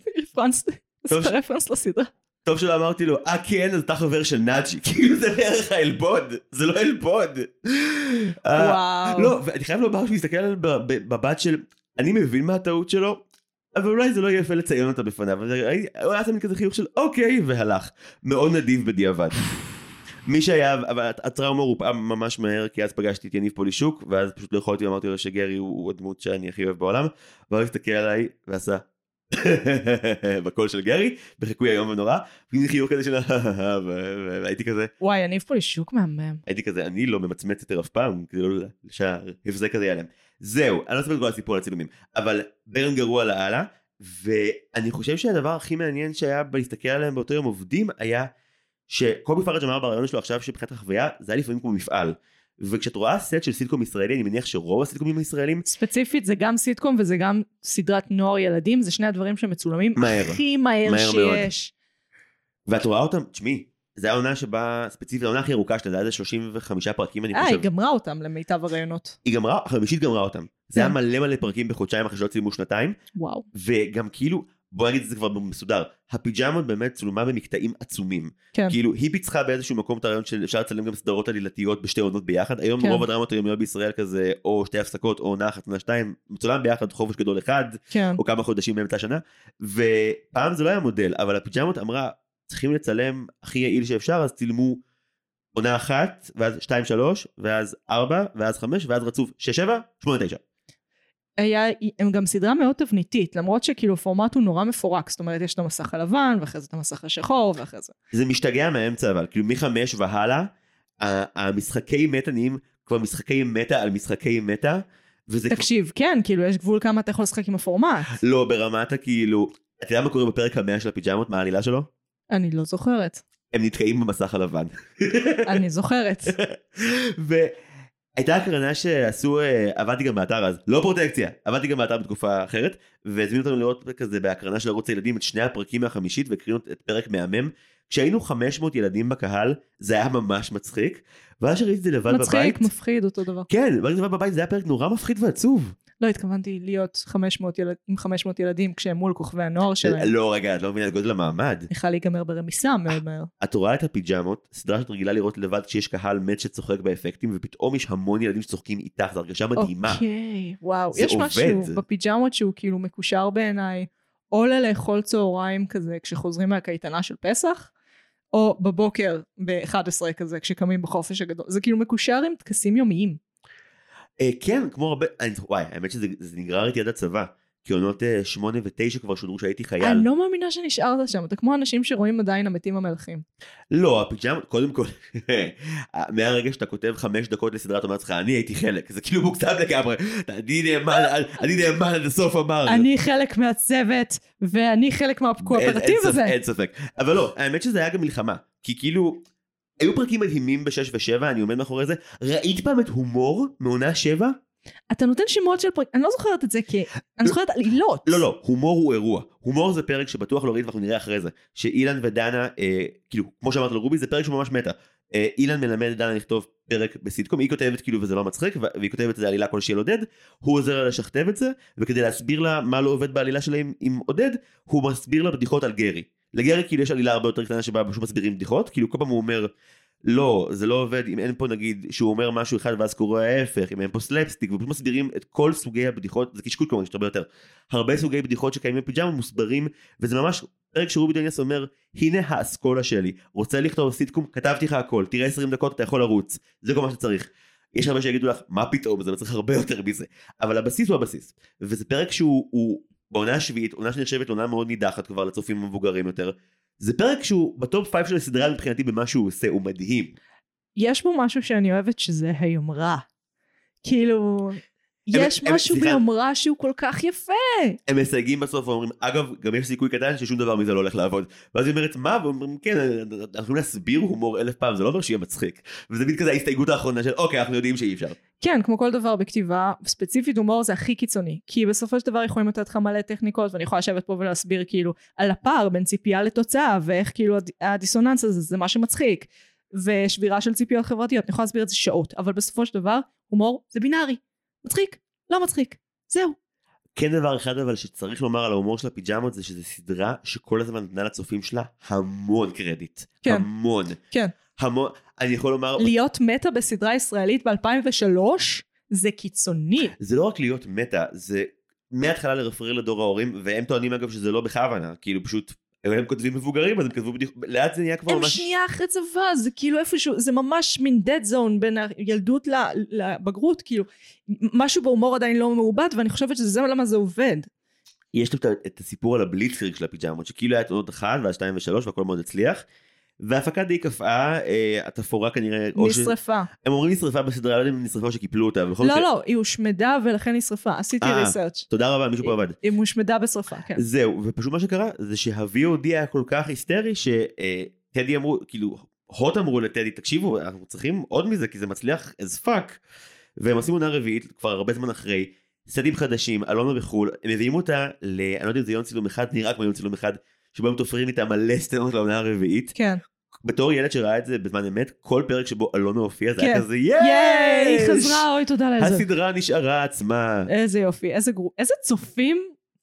רפרנס לסדרה. טוב שלא אמרתי לו, אה כן, אז אתה חבר של נאג'י, כאילו זה בערך האלבוד, זה לא אלבוד. וואו. לא, ואני חייב לומר שהוא יסתכל על בבת של, אני מבין מה הטעות שלו, אבל אולי זה לא יהיה יפה לציין אותה בפניו, הוא היה תמיד כזה חיוך של אוקיי, והלך. מאוד נדיב בדיעבד. מי שהיה, אבל הטראומה רופאה ממש מהר, כי אז פגשתי את יניב פולישוק, ואז פשוט לא יכולתי, ואמרתי לו שגרי הוא הדמות שאני הכי אוהב בעולם, והוא הסתכל עליי ועשה בקול של גרי, בחיקוי היום ונורא, והנה חיוך כזה של והייתי כזה, וואי, יניב פולישוק מהמם. הייתי כזה, אני לא ממצמץ יותר אף פעם, כדי לא שההבזק כזה יעלם. זהו, אני לא אספר את כל הסיפור על הצילומים, אבל ברן גרוע לאללה, ואני חושב שהדבר הכי מעניין שהיה בלהסתכל עליהם באותו יום עובדים, היה שקובי פרג' אמר ברעיון שלו עכשיו שבחינת החוויה זה היה לפעמים כמו מפעל, וכשאת רואה סט של סיטקום ישראלי, אני מניח שרוב הסיטקומים הישראלים ספציפית זה גם סיטקום וזה גם סדרת נוער ילדים, זה שני הדברים שמצולמים מהר, הכי מהר, מהר שיש מאוד. ואת רואה אותם, תשמעי, זה העונה שבה ספציפית, העונה הכי ארוכה שלה, זה היה שלושים וחמישה פרקים, אני אה, חושב. היא גמרה אותם למיטב הרעיונות. היא גמרה, החמישית גמרה אותם. זה היה מלא מלא פרקים בחודשיים אחרי שלא צילמו שנתיים. וואו. וגם כאילו, בוא נגיד את זה כבר מסודר, הפיג'מות באמת צולמה במקטעים עצומים. כן. כאילו, היא פיצחה באיזשהו מקום את הרעיון של אפשר לצלם גם סדרות עלילתיות בשתי עונות ביחד. היום כן. רוב הדרמות היומיות בישראל כזה, או שתי הפסקות, או עונה אחת, עונה שתיים, מצולם ביחד חופש גדול אחד, כן. או כמה חודשים באמצע השנה. ופעם זה לא היה מודל, אבל הפיג'מות אמרה, צריכים לצלם הכי יעיל שאפשר, אז צילמו עונה אחת, ואז שתיים שלוש, ואז ארבע, ואז חמש, ואז רצוף שש שבע, שמונה תשע. היה, הם גם סדרה מאוד תבניתית, למרות שכאילו הפורמט הוא נורא מפורק, זאת אומרת יש את המסך הלבן, ואחרי זה את המסך השחור, ואחרי זה. זה משתגע מהאמצע, אבל כאילו מחמש והלאה, המשחקי מטה נהיים כבר משחקי מטה על משחקי מטה, וזה... תקשיב, כן, כאילו יש גבול כמה אתה יכול לשחק עם הפורמט. לא, ברמת הכאילו, אתה יודע מה קורה בפרק המאה של הפיג'מות, מה העלילה שלו? אני לא זוכרת. הם נתקעים במסך הלבן. אני זוכרת. והייתה הקרנה שעשו, עבדתי גם באתר אז, לא פרוטקציה, עבדתי גם באתר בתקופה אחרת, והזמינו אותנו לראות כזה בהקרנה של ערוץ הילדים את שני הפרקים מהחמישית, והקרינו את פרק מהמם. כשהיינו חמש מאות ילדים בקהל, זה היה ממש מצחיק, ואז שראיתי את זה לבד מצחיק, בבית... מצחיק, מפחיד אותו דבר. כן, וראיתי לבד בבית, זה היה פרק נורא מפחיד ועצוב. לא התכוונתי להיות חמש מאות ילד, עם חמש מאות ילדים כשהם מול כוכבי הנוער שלהם. לא, רגע, את לא מבינה את גודל המעמד. יכול להיגמר ברמיסה מאוד מהר. את רואה את הפיג'מות, סדרה שאת רגילה לראות לבד כשיש קהל מת שצוחק באפקטים, ופתאום יש המון ילדים שצוחקים איתך, זו הרגשה מדהימה. אוקיי, וואו. זה יש עובד. משהו בפיג'מות שהוא כאילו מקושר בעיניי, או ללאכול צהריים כזה כשחוזרים מהקייטנה של פסח, או בבוקר ב-אחת עשרה כזה כשקמים בחופש הגדול. זה כאילו מקושר עם טקסים יומיים. כן, כמו הרבה, וואי, האמת שזה נגרר איתי עד הצבא, כי עונות שמונה ותשע כבר שודרו שהייתי חייל. אני לא מאמינה שנשארת שם, אתה כמו אנשים שרואים עדיין המתים המלכים. לא, הפיג'מות, קודם כל, מהרגע שאתה כותב חמש דקות לסדרת אומרת לך, אני הייתי חלק, זה כאילו מוקצב לגמרי, אני נאמן עד הסוף אמר. אני חלק מהצוות, ואני חלק מהקואופרטיב הזה. אין ספק, אבל לא, האמת שזה היה גם מלחמה, כי כאילו, היו פרקים מדהימים בשש ושבע, אני עומד מאחורי זה, ראית פעם את הומור מעונה שבע? אתה נותן שמות של פרק, אני לא זוכרת את זה כי, אני זוכרת עלילות. לא, לא, הומור הוא אירוע. הומור זה פרק שבטוח לא ראית ואנחנו נראה אחרי זה. שאילן ודנה, אה, כאילו, כמו שאמרת לרובי, זה פרק שממש מתה. אה, אילן מלמד את דנה לכתוב פרק בסיטקום, היא כותבת כאילו וזה לא מצחיק, והיא כותבת את זה עלילה כל שיהיה עודד, הוא עוזר לה לשכתב את זה, וכדי להסביר לה מה לא עובד בעלילה שלה עם, עם עודד, הוא מסביר לה בדיחות על גרי. לגרי כאילו יש עלילה הרבה יותר קטנה שבה פשוט מסבירים בדיחות, כאילו כל פעם הוא אומר, לא, זה לא עובד אם אין פה נגיד שהוא אומר משהו אחד ואז קורה ההפך, אם אין פה סלפסטיק, ופשוט מסבירים את כל סוגי הבדיחות, זה קשקול כמובן, יש הרבה יותר, הרבה סוגי בדיחות שקיימים בפיג'מה מוסברים, וזה ממש פרק שרובי דוניאס אומר, הנה האסכולה שלי, רוצה לכתוב סיטקום, כתבתי לך הכל, תראה עשרים דקות, אתה יכול לרוץ, זה כל מה שצריך. יש הרבה שיגידו לך, מה פתאום, זה לא צריך הרבה יותר מזה, אבל הבסיס הוא הבסיס, וזה פרק שהוא הוא, בעונה השביעית, עונה שנחשבת עונה מאוד נידחת כבר לצופים המבוגרים יותר, זה פרק שהוא בטופ פייב של הסדרה מבחינתי במה שהוא עושה, הוא מדהים. יש בו משהו שאני אוהבת שזה היומרה. כאילו, יש הם, משהו הם, ביומרה שהוא כל כך יפה. הם מסייגים בסוף ואומרים, אגב, גם יש סיכוי קטן ששום דבר מזה לא הולך לעבוד. ואז היא אומרת, מה? ואומרים, כן, אנחנו יכולים להסביר הומור אלף פעם, זה לא אומר שיהיה מצחיק. וזה בדיוק כזה ההסתייגות האחרונה של, אוקיי, אנחנו יודעים שאי אפשר. כן, כמו כל דבר בכתיבה, ספציפית הומור זה הכי קיצוני. כי בסופו של דבר יכולים לתת לך מלא טכניקות, ואני יכולה לשבת פה ולהסביר כאילו על הפער בין ציפייה לתוצאה, ואיך כאילו הדיסוננס הזה, זה מה שמצחיק. ושבירה של ציפיות חברתיות, אני יכולה להסביר את זה שעות. אבל בסופו של דבר, הומור זה בינארי. מצחיק, לא מצחיק. זהו. כן דבר אחד אבל שצריך לומר על ההומור של הפיג'מות, זה שזו סדרה שכל הזמן נתנה לצופים שלה המון קרדיט. כן. המון. כן. המון. אני יכול לומר... להיות מטה בסדרה ישראלית ב-אלפיים ושלוש זה קיצוני. זה לא רק להיות מטה, זה מההתחלה לרפרר לדור ההורים, והם טוענים אגב שזה לא בכוונה, כאילו פשוט, הם כותבים מבוגרים, אז הם כתבו בדיוק, לאט זה נהיה כבר הם ממש... שנייה אחרי צבא, זה כאילו איפשהו, זה ממש מין dead zone בין הילדות לבגרות, כאילו, משהו בהומור עדיין לא מעובד, ואני חושבת שזה למה זה עובד. יש לו את הסיפור על הבליצקריג של הפיג'מות, שכאילו היה תעונות אחת, ועד שתיים ושלוש, והכל מאוד הצליח, וההפקה די קפאה, התפאורה כנראה... נשרפה. הם אומרים נשרפה בסדרה, לא יודעים אם נשרפה או שקיפלו אותה. לא, לא, היא הושמדה ולכן נשרפה. עשיתי ריסרצ'. תודה רבה, מישהו פה עבד. היא הושמדה בשרפה, כן. זהו, ופשוט מה שקרה, זה שה-וי או די היה כל כך היסטרי, שטדי אמרו, כאילו, הוט אמרו לטדי, תקשיבו, אנחנו צריכים עוד מזה, כי זה מצליח as fuck. והם עושים עונה רביעית, כבר הרבה זמן אחרי, סטים חדשים, אלונה בחול, הם מביאים אותה ל... אני לא יודע אם זה יום צילום אחד, נראה כמו יום צילום אחד, שבו הם תופרים איתה מלא סצנות לעונה הרביעית. כן. בתור ילד שראה את זה בזמן אמת, כל פרק שבו אלונה הופיע, זה היה כזה, ייי! היא חזרה, אוי, תודה לזה. הסדרה נשארה עצמה. איזה יופי, איזה גרוע, איזה צופים,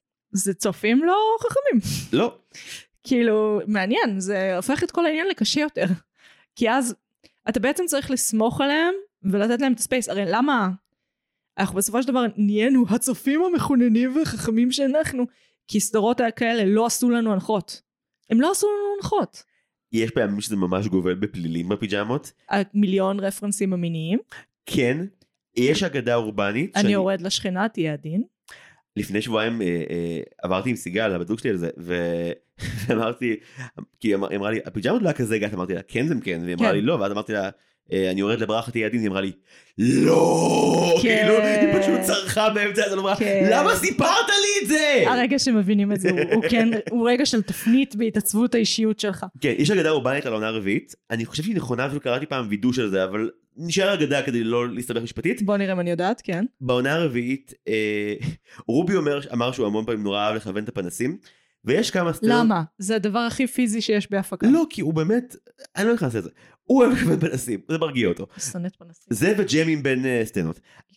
זה צופים לא חכמים. לא. כאילו, מעניין, זה הופך את כל העניין לקשה יותר. כי אז, אתה בעצם צריך לסמוך עליהם, ולתת להם את הספייס. הרי למה? אנחנו בסופו של דבר נהיינו הצופים המכוננים והחכמים שאנחנו, כי סדרות כאלה לא עשו לנו הנחות. הם לא עשו לנו הנחות. יש פעמים שזה ממש גובל בפלילים בפיג'מות. מיליון רפרנסים המיניים. כן, יש אגדה אורבנית. אני יורד לשכנה, תהיה עדין. לפני שבועיים אה, אה, עברתי עם סיגל, הבדוק שלי על זה, ואמרתי, כי היא אמרה לי, הפיג'מות לא היה כזה גת, אמרתי לה, כן זה כן, והיא אמרה לי לא, ואז אמרתי לה, אני יורד לברכה תהיה עדין, היא אמרה לי, לא, כאילו, היא פשוט צרחה באמצע, אז אני אמרה, למה סיפרת לי את זה? הרגע שמבינים את זה, הוא כן, הוא רגע של תפנית בהתעצבות האישיות שלך. כן, יש אגדה אורבנית על העונה הרביעית, אני חושב שהיא נכונה, וקראתי פעם וידוא של זה, אבל נשאר אגדה כדי לא להסתבך משפטית. בוא נראה אם אני יודעת, כן. בעונה הרביעית, רובי אמר שהוא המון פעמים נורא אהב לכוון את הפנסים, ויש כמה סצנות... למה? זה הדבר הכי פיזי שיש בהפקה. לא, כי הוא באמת, אני לא נכנס לזה. הוא אוהב לכוון פנסים, זה מרגיע אותו. סונט פנסים. זה וג'מים בין סצנות.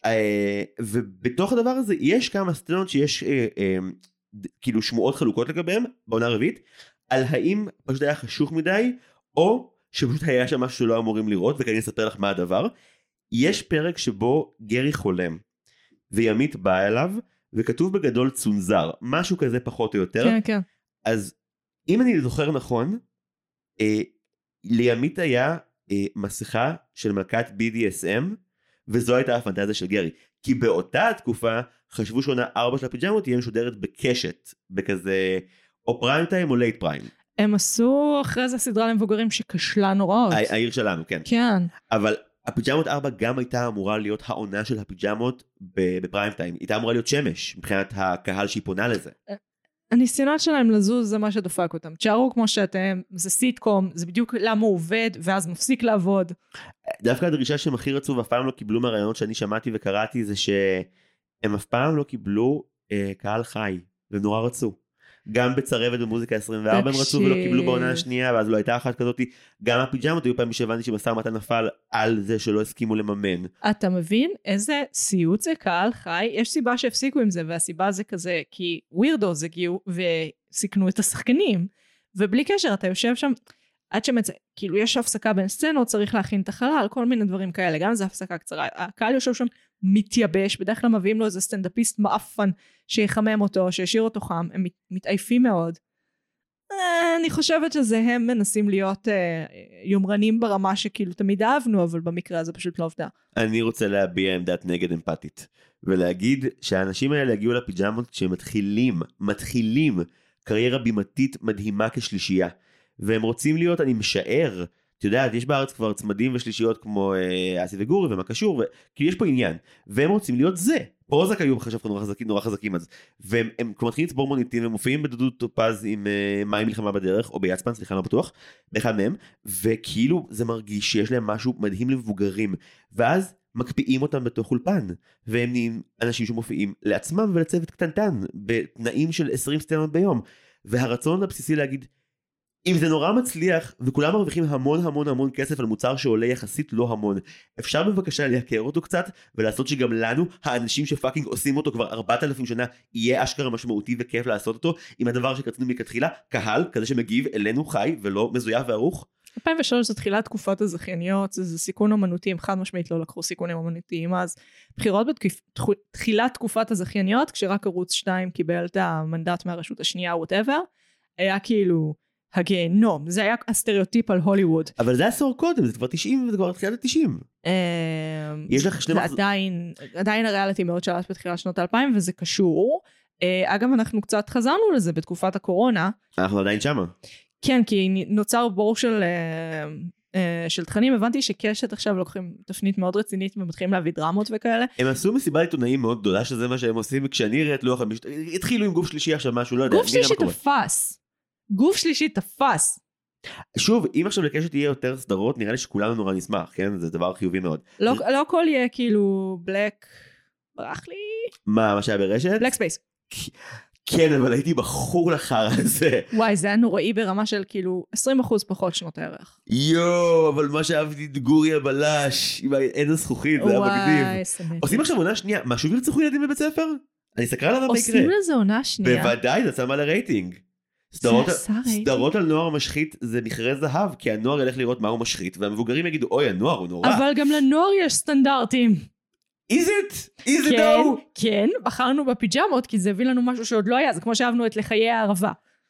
ובתוך הדבר הזה, יש כמה סצנות שיש כאילו שמועות חלוקות לגביהם, בעונה הרביעית, על האם פשוט היה חשוך מדי, או שפשוט היה שם משהו שלא אמורים לראות, וכאן אני אספר לך מה הדבר. יש פרק שבו גרי חולם, וימית בא אליו, וכתוב בגדול צונזר, משהו כזה פחות או יותר. כן, כן. אז אם אני זוכר נכון, אה, לימית היה אה, מסכה של מלכת בי די אס אם, וזו הייתה הפנטזיה של גרי. כי באותה התקופה חשבו שעונה ארבע של הפיג'מות תהיה משודרת בקשת, בכזה או פריים טיים או לייט פריים. הם עשו אחרי זה סדרה למבוגרים שכשלה נוראות. העיר שלנו, כן. כן. אבל הפיג'מות ארבע גם הייתה אמורה להיות העונה של הפיג'מות בפריים טיים. הייתה אמורה להיות שמש, מבחינת הקהל שהיא פונה לזה. הניסיונות שלהם לזוז זה מה שדופק אותם. תשארו כמו שאתם, זה סיטקום, זה בדיוק למה הוא עובד, ואז מפסיק לעבוד. דווקא הדרישה שהם הכי רצו, ואף פעם לא קיבלו מהרעיונות שאני שמעתי וקראתי, זה שהם אף פעם לא קיבלו אה, קהל חי, והם נורא רצו. גם בצרבת במוזיקה עשרים וארבע הם רצו ולא קיבלו בעונה השנייה, ואז לא הייתה אחת כזאת. גם הפיג'מות היו פעמים שהבנתי שמסע ומתן נפל על זה שלא הסכימו לממן. אתה מבין איזה סיוט זה קהל חי? יש סיבה שהפסיקו עם זה, והסיבה זה כזה, כי ווירדוז הגיעו וסיכנו את השחקנים, ובלי קשר אתה יושב שם, עד שמצא, כאילו יש הפסקה בין סצנות, צריך להכין את החלל, כל מיני דברים כאלה, גם זה הפסקה קצרה, הקהל יושב שם מתייבש, בדרך כלל מביאים לו איזה סטנדאפיסט מאפן, שיחמם אותו, שישאיר אותו חם, הם מתעייפים מאוד. אני חושבת שזה הם מנסים להיות יומרנים ברמה שכאילו תמיד אהבנו, אבל במקרה הזה פשוט לא עובדה. אני רוצה להביע עמדת נגד אמפתית, ולהגיד שהאנשים האלה הגיעו לפיג'מות כשהם מתחילים, מתחילים קריירה בימתית מדהימה כשלישייה, והם רוצים להיות, אני משער, אתה יודע, יש בארץ כבר צמדים ושלישיות כמו אה, אסי וגורי ומה קשור, כי יש פה עניין, והם רוצים להיות זה. פרוזק היו חשב נורא חזקים, נורא חזקים אז, והם הם, כמו מתחילים לצבור מוניטין, ומופיעים בדודו טופז עם אה, מים מלחמה בדרך, או ביצפן, סליחה לא בטוח, באחד מהם, וכאילו זה מרגיש שיש להם משהו מדהים למבוגרים, ואז מקפיאים אותם בתוך אולפן, והם נהיים אנשים שמופיעים לעצמם ולצוות קטנטן, בתנאים של עשרים סצנות ביום, והרצון הבסיסי להגיד, אם זה נורא מצליח, וכולם מרוויחים המון המון המון כסף על מוצר שעולה יחסית לא המון, אפשר בבקשה להכר אותו קצת, ולעשות שגם לנו, האנשים שפאקינג עושים אותו כבר ארבעת אלפים שנה, יהיה אשכרה משמעותי וכיף לעשות אותו, עם הדבר שקצנו מכתחילה, קהל, כזה שמגיב אלינו חי, ולא מזויף וערוך. אלפיים ושלוש זה תחילת תקופת הזכייניות, זה, זה סיכון אומנותיים, חד משמעית לא לקחו סיכונים אומנותיים, אז בחירות בתחילת תקופת הזכייניות, כשרק ערוץ שתיים קיבל את המנדט מהרשות השנייה, whatever, היה כאילו הגיהנום, זה היה הסטריאוטיפ על הוליווד. אבל זה עשור קודם, זה כבר תשעים וזה כבר תחילת ה-תשעים. יש לך שני מחז... עדיין, עדיין הריאליטי מאוד שלט בתחילת שנות האלפיים, וזה קשור. אגב, אנחנו קצת חזרנו לזה בתקופת הקורונה. אנחנו עדיין שמה. כן, כי נוצר בור של, של תכנים, הבנתי שקשת עכשיו לוקחים תפנית מאוד רצינית, ומתחילים להביא דרמות וכאלה. הם עשו מסיבה עיתונאים מאוד גדולה, שזה מה שהם עושים, כשאני אראה את לוח המשת... התחילו עם גוף שלישי עכשיו משהו, לא יודע. גוף שלישי תפס. גוף שלישי תפס. שוב, אם עכשיו לקשת תהיה יותר סדרות, נראה לי שכולנו נורא נשמח, כן? זה דבר חיובי מאוד. לא, זה... לא כל יהיה כאילו בלק, ברח לי. מה, מה שהיה ברשת? בלק ספייס. כן, אבל הייתי בחור לחר הזה. וואי, זה היה נוראי ברמה של כאילו עשרים אחוז פחות שנות הערך. יואו, אבל מה שאהבתי את גורי הבלש, עם העד הזכוכית, זה היה מגניב. וואי, סמט. עושים עכשיו עונה שנייה, מה, שוב ירצחו ילדים בבית ספר? אני אסקרא למה מה יקרה. עושים לזה עונה שנייה. בוודאי, זה שמה לרייטינג. סדרות, סדרות על נוער משחית זה מכרה זהב, כי הנוער ילך לראות מה הוא משחית, והמבוגרים יגידו, אוי, הנוער הוא נורא. אבל גם לנוער יש סטנדרטים. is it? is it כן, though? כן, בחרנו בפיג'מות, כי זה הביא לנו משהו שעוד לא היה, זה כמו שאהבנו את לחיי הערבה.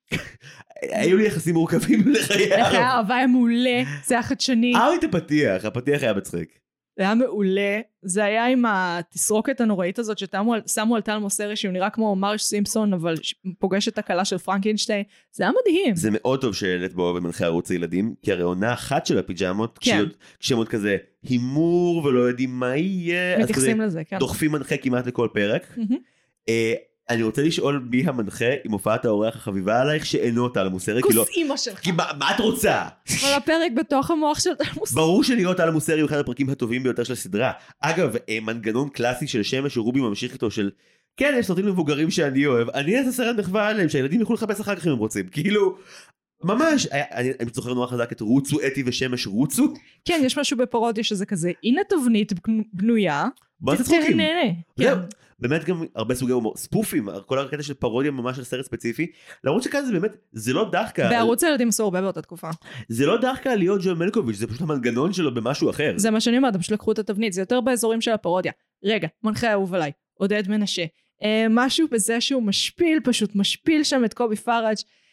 היו לי יחסים מורכבים לחיי הערב. לחיי הערב היה מעולה, זה היה חדשני. אהבתי את הפתיח, הפתיח היה מצחיק. זה היה מעולה, זה היה עם התסרוקת הנוראית הזאת ששמו על טל מוסרי שהוא נראה כמו מרש סימפסון אבל פוגש את הקלה של פרנקינשטיין, זה היה מדהים. זה מאוד טוב שהעלית בו במנחה ערוץ הילדים, כי הרי עונה אחת של הפיג'מות, כן. כשהם עוד כזה הימור ולא יודעים מה יהיה, מתייחסים לזה, כן. דוחפים מנחה כמעט לכל פרק. אני רוצה לשאול מי המנחה עם הופעת האורח החביבה עלייך שאינו טל מוסרי. כוס אימא שלך. כי מה את רוצה? אבל הפרק בתוך המוח של טל מוסרי. ברור שלהיות טל מוסרי הוא אחד הפרקים הטובים ביותר של הסדרה. אגב, מנגנון קלאסי של שמש שרובי ממשיך איתו של כן, יש סרטים מבוגרים שאני אוהב, אני אעשה סרט מחווה עליהם שהילדים יוכלו לחפש אחר כך אם הם רוצים. כאילו, ממש, אני זוכר נורא חזק את רוצו, אתי ושמש רוצו. כן, יש משהו בפרודיה שזה כזה, הנה תבנית בנויה, תצחקים. באמת גם הרבה סוגי הומור, ספופים, כל הקטע של פרודיה ממש על סרט ספציפי, למרות שכאן זה באמת, זה לא דחקה. בערוץ הילדים עשו הרבה באותה תקופה. זה לא דחקה להיות ג'ון מלקוביץ', זה פשוט המנגנון שלו במשהו אחר. זה מה שאני אומרת, הם פשוט לקחו את התבנית, זה יותר באזורים של הפרודיה. רגע, מנחה אהוב עליי, עודד מנשה. משהו בזה שהוא משפיל, פשוט משפיל שם את קובי פראג'.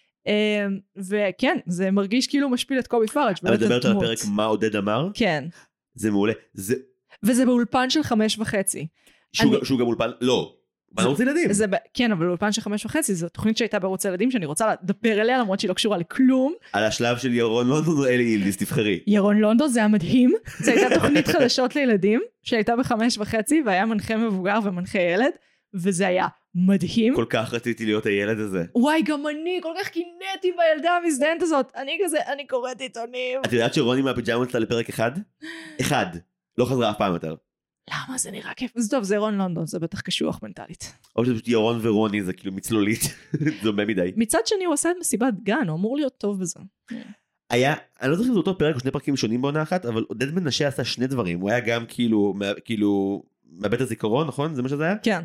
וכן, זה מרגיש כאילו משפיל את קובי פראג'. את מדברת על הפרק מה עודד אמר? כן. זה מעולה. וזה באולפן של חמש וחצי. שהוא גם אולפן, לא, בערוץ ילדים. כן, אבל אולפן של חמש וחצי, זו תוכנית שהייתה בערוץ ילדים, שאני רוצה לדבר אליה, למרות שהיא לא קשורה לכלום. על השלב של ירון לונדון או אלי אילדיס, תבחרי. ירון לונדון זה היה מדהים, זו הייתה תוכנית חדשות לילדים, שהייתה בחמש וחצי, והיה מנחה מבוגר ומנחה ילד, וזה היה מדהים. כל כך רציתי להיות הילד הזה. וואי, גם אני, כל כך קינאתי בילדה המזדיינת הזאת. אני כזה, אני קוראת עיתונים. את יודעת שרוני מהפיג'מות שלה לפרק אחד? אחד. לא חזרה אף פעם יותר. למה זה נראה כיף? אז טוב, זה ירון לונדון, זה בטח קשוח מנטלית. או שזה פשוט ירון ורוני, זה כאילו מצלולית. זה דומה מדי. מצד שני, הוא עשה את מסיבת גן, הוא אמור להיות טוב בזה. היה, אני לא זוכר אם זה אותו פרק או שני פרקים שונים בעונה אחת, אבל עודד מנשה עשה שני דברים. הוא היה גם כאילו, כאילו, מאבד הזיכרון, נכון? זה מה שזה היה? כן.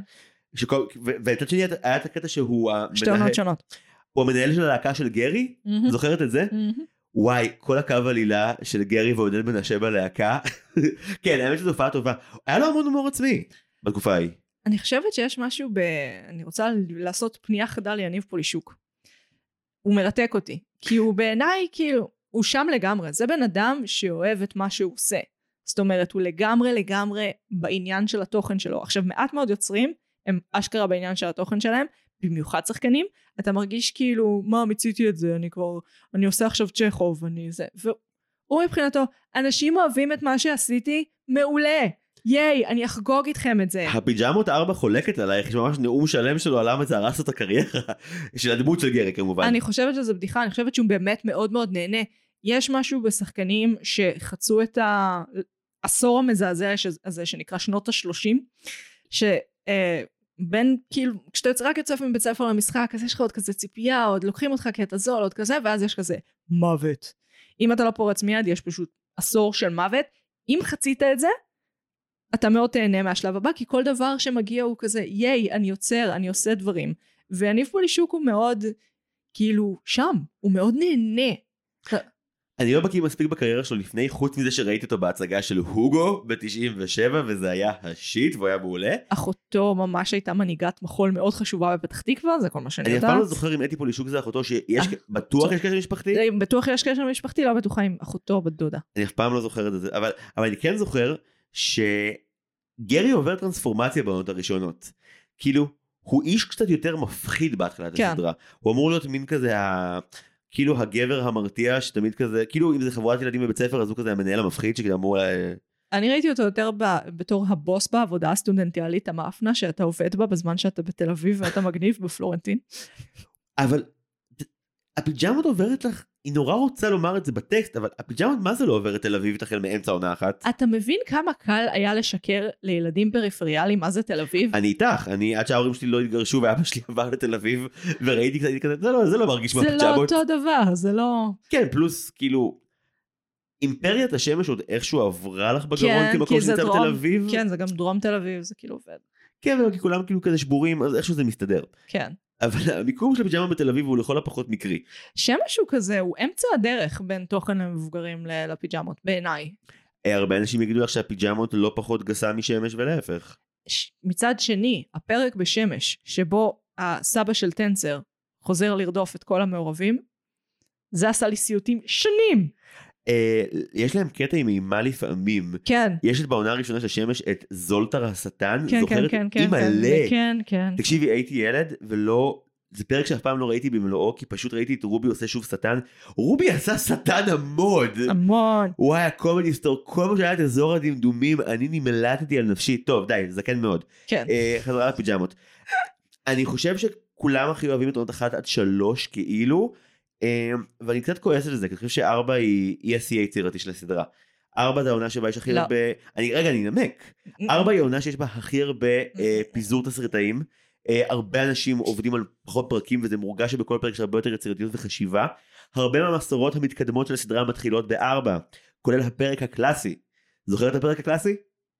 ומצד שני היה את הקטע שהוא שתי עונות שונות. הוא המנהל של הלהקה של גרי, זוכרת את זה? וואי, כל הקו עלילה של גרי ועודד מנשה בלהקה, כן, האמת שזו הופעה טובה. היה לו המון הומור עצמי בתקופה ההיא. אני חושבת שיש משהו ב... אני רוצה לעשות פנייה חדה ליניב פולישוק. הוא מרתק אותי, כי הוא בעיניי, כאילו, הוא שם לגמרי. זה בן אדם שאוהב את מה שהוא עושה. זאת אומרת, הוא לגמרי לגמרי בעניין של התוכן שלו. עכשיו, מעט מאוד יוצרים, הם אשכרה בעניין של התוכן שלהם, במיוחד שחקנים, אתה מרגיש כאילו, מה, מציתי את זה, אני כבר, אני עושה עכשיו צ'כוב, אני זה, והוא מבחינתו, אנשים אוהבים את מה שעשיתי, מעולה, ייי, אני אחגוג איתכם את זה. הפיג'מות ארבע חולקת עלייך, יש ממש נאום שלם שלו, על למה זה הרס את הקריירה, של הדמות של גרי כמובן. אני חושבת שזה בדיחה, אני חושבת שהוא באמת מאוד מאוד נהנה, יש משהו בשחקנים שחצו את העשור המזעזע הזה, שנקרא שנות השלושים, ש... בין, כאילו, כשאתה יוצא רק יוצא מבית ספר למשחק, אז יש לך עוד כזה ציפייה, עוד לוקחים אותך קטע זול, עוד כזה, ואז יש כזה מוות. אם אתה לא פורץ מיד, יש פשוט עשור של מוות. אם חצית את זה, אתה מאוד תהנה מהשלב הבא, כי כל דבר שמגיע הוא כזה, ייי, אני יוצר, אני עושה דברים. ויניב פולישוק הוא מאוד, כאילו, שם, הוא מאוד נהנה. אני לא בקיא מספיק בקריירה שלו לפני, חוץ מזה שראיתי אותו בהצגה של הוגו ב-תשעים ושבע, וזה היה השיט, והוא היה מעולה. אחותו ממש הייתה מנהיגת מחול מאוד חשובה בפתח תקווה, זה כל מה שאני יודעת. אני אף פעם לא זוכר אם אתי פולישוק זה אחותו, שיש, בטוח יש קשר משפחתי? בטוח יש קשר משפחתי, לא בטוחה עם אחותו או בת דודה. אני אף פעם לא זוכר את זה, אבל, אבל אני כן זוכר שגרי עובר טרנספורמציה בעונות הראשונות. כאילו, הוא איש קצת יותר מפחיד בהתחלת כן. הסדרה. הוא אמור להיות מין כזה ה... כאילו הגבר המרתיע שתמיד כזה, כאילו אם זה חברת ילדים בבית ספר, אז הוא כזה המנהל המפחיד שכאילו אמור... אני ראיתי אותו יותר ב, בתור הבוס בעבודה הסטודנטיאלית המאפנה, שאתה עובד בה בזמן שאתה בתל אביב ואתה מגניב בפלורנטין. אבל הפיג'מות עוברת לך, היא נורא רוצה לומר את זה בטקסט, אבל הפיג'מות מה זה לא עוברת תל אביב תחל מאמצע עונה אחת? אתה מבין כמה קל היה לשקר לילדים פריפריאליים מה זה תל אביב? אני איתך, אני עד שההורים שלי לא התגרשו ואבא שלי עבר לתל אביב וראיתי קצת כזה, זה לא, זה לא מרגיש מה פיג'מות. זה לא אותו דבר, זה לא... כן, פלוס כאילו, אימפריית השמש עוד איכשהו עברה לך בגרון כן, כמקום שנמצא בתל אביב. כן, זה גם דרום תל אביב, זה כאילו עובד. כן, כי כולם כאילו כזה שבורים, אז איכשהו זה מסתדר. כן. אבל המיקום של הפיג'מה בתל אביב הוא לכל הפחות מקרי. שמש הוא כזה, הוא אמצע הדרך בין תוכן למבוגרים לפיג'מות, בעיניי. הרבה אנשים יגידו לך שהפיג'מות לא פחות גסה משמש ולהפך. מצד שני, הפרק בשמש, שבו הסבא של טנצר חוזר לרדוף את כל המעורבים. זה עשה לי סיוטים שנים. יש להם קטע עם אימה לפעמים. כן. יש את בעונה הראשונה של השמש את זולטר השטן. כן, זוכרת? כן, כן. היא מלא. כן, כן. תקשיבי, הייתי ילד ולא... זה פרק שאף פעם לא ראיתי במלואו, כי פשוט ראיתי את רובי עושה שוב שטן. רובי עשה שטן המון. המון. הוא היה קומדי סטור, כל מה שהיה את אזור הדמדומים, אני נמלטתי על נפשי. טוב, די, זקן מאוד. כן. חזרה לפיג'מות. אני חושב שכולם הכי אוהבים את עונות אחת עד שלוש כאילו, ואני קצת כועס על זה, כי אני חושב שארבע היא השיא היצירתי של הסדרה. ארבע זה העונה שבה יש הכי הרבה... רגע, אני אנמק. ארבע היא העונה שיש בה הכי הרבה פיזור תסריטאים. הרבה אנשים עובדים על פחות פרקים, וזה מורגש שבכל פרק יש הרבה יותר יצירתיות וחשיבה. הרבה מהמסורות המתקדמות של הסדרה מתחילות בארבע, כולל הפרק הקלאסי. זוכר את הפרק הקלאסי?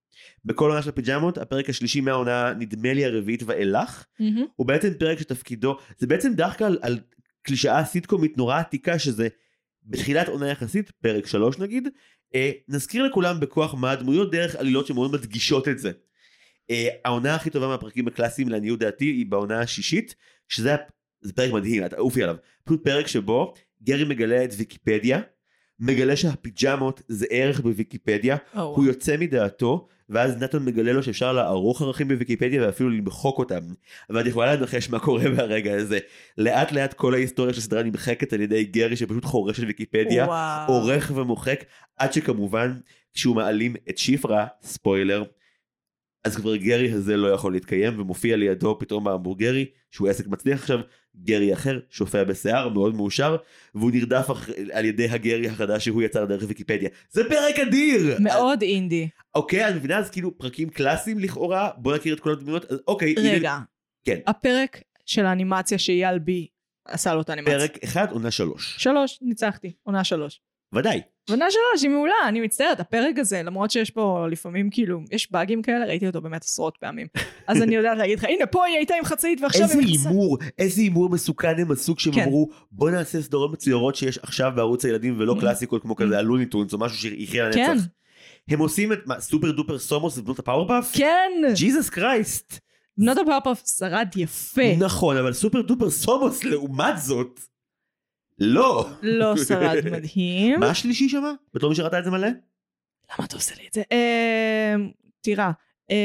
בכל עונה של הפיג'מות, הפרק השלישי מהעונה, נדמה לי הרביעית ואילך, הוא בעצם פרק שתפקידו, זה בעצם דווקא על, על קלישאה סיטקומית נורא עתיקה, שזה בתחילת עונה יחסית, פרק שלוש נגיד, אה, נזכיר לכולם בכוח מה הדמויות דרך עלילות שמאוד מדגישות את זה. אה, העונה הכי טובה מהפרקים הקלאסיים לעניות דעתי היא בעונה השישית, שזה זה פרק מדהים, אתה עופי עליו, פשוט פרק שבו גרי מגלה את ויקיפדיה, מגלה שהפיג'מות זה ערך בוויקיפדיה, oh, הוא יוצא מדעתו, ואז נתן מגלה לו שאפשר לערוך ערכים בוויקיפדיה ואפילו למחוק אותם. ואת יכולה לנחש מה קורה ברגע הזה. לאט לאט כל ההיסטוריה של הסדרה נמחקת על ידי גרי שפשוט חורש את ויקיפדיה, wow. עורך ומוחק, עד שכמובן כשהוא מעלים את שיפרה, ספוילר, אז כבר גרי הזה לא יכול להתקיים, ומופיע לידו פתאום בהמבורגרי, שהוא עסק מצליח עכשיו, גרי אחר, שופע בשיער, מאוד מאושר, והוא נרדף על ידי הגרי החדש שהוא יצר דרך ויקיפדיה. זה פרק אדיר! מאוד אינדי. אוקיי, אני מבינה, אז כאילו פרקים קלאסיים לכאורה, בוא נכיר את כל הדמויות, אז אוקיי. רגע, כן. הפרק של האנימציה שאייל בי עשה לו את האנימציה. פרק אחד, עונה שלוש. שלוש, ניצחתי, עונה שלוש. ודאי. עונה שלוש, היא מעולה, אני מצטערת, הפרק הזה, למרות שיש פה לפעמים כאילו, יש באגים כאלה, ראיתי אותו באמת עשרות פעמים. אז אני יודעת להגיד לך, הנה פה היא הייתה עם חצאית ועכשיו היא מכסה. איזה אימור, איזה אימור מסוכן הם עשו כשהם כן. אמרו, בוא נעשה סדרות מצוירות שיש עכשיו בערוץ הילדים ולא קלאסיקות כמו כזה הלוניטונס או משהו שיחיה לנצח. כן. הם עושים את מה, סופר דופר סומוס ובנות הפאורפאף? כן. ג'יזוס קרייסט. בנות הפאורפאף שרד יפה. נכון, אבל סופר דופר סומוס לעומת זאת, לא. לא שרד מדהים. מה השלישי שמה? בתור מי שראתה את זה מלא? למה אתה עושה לי את זה? תראה.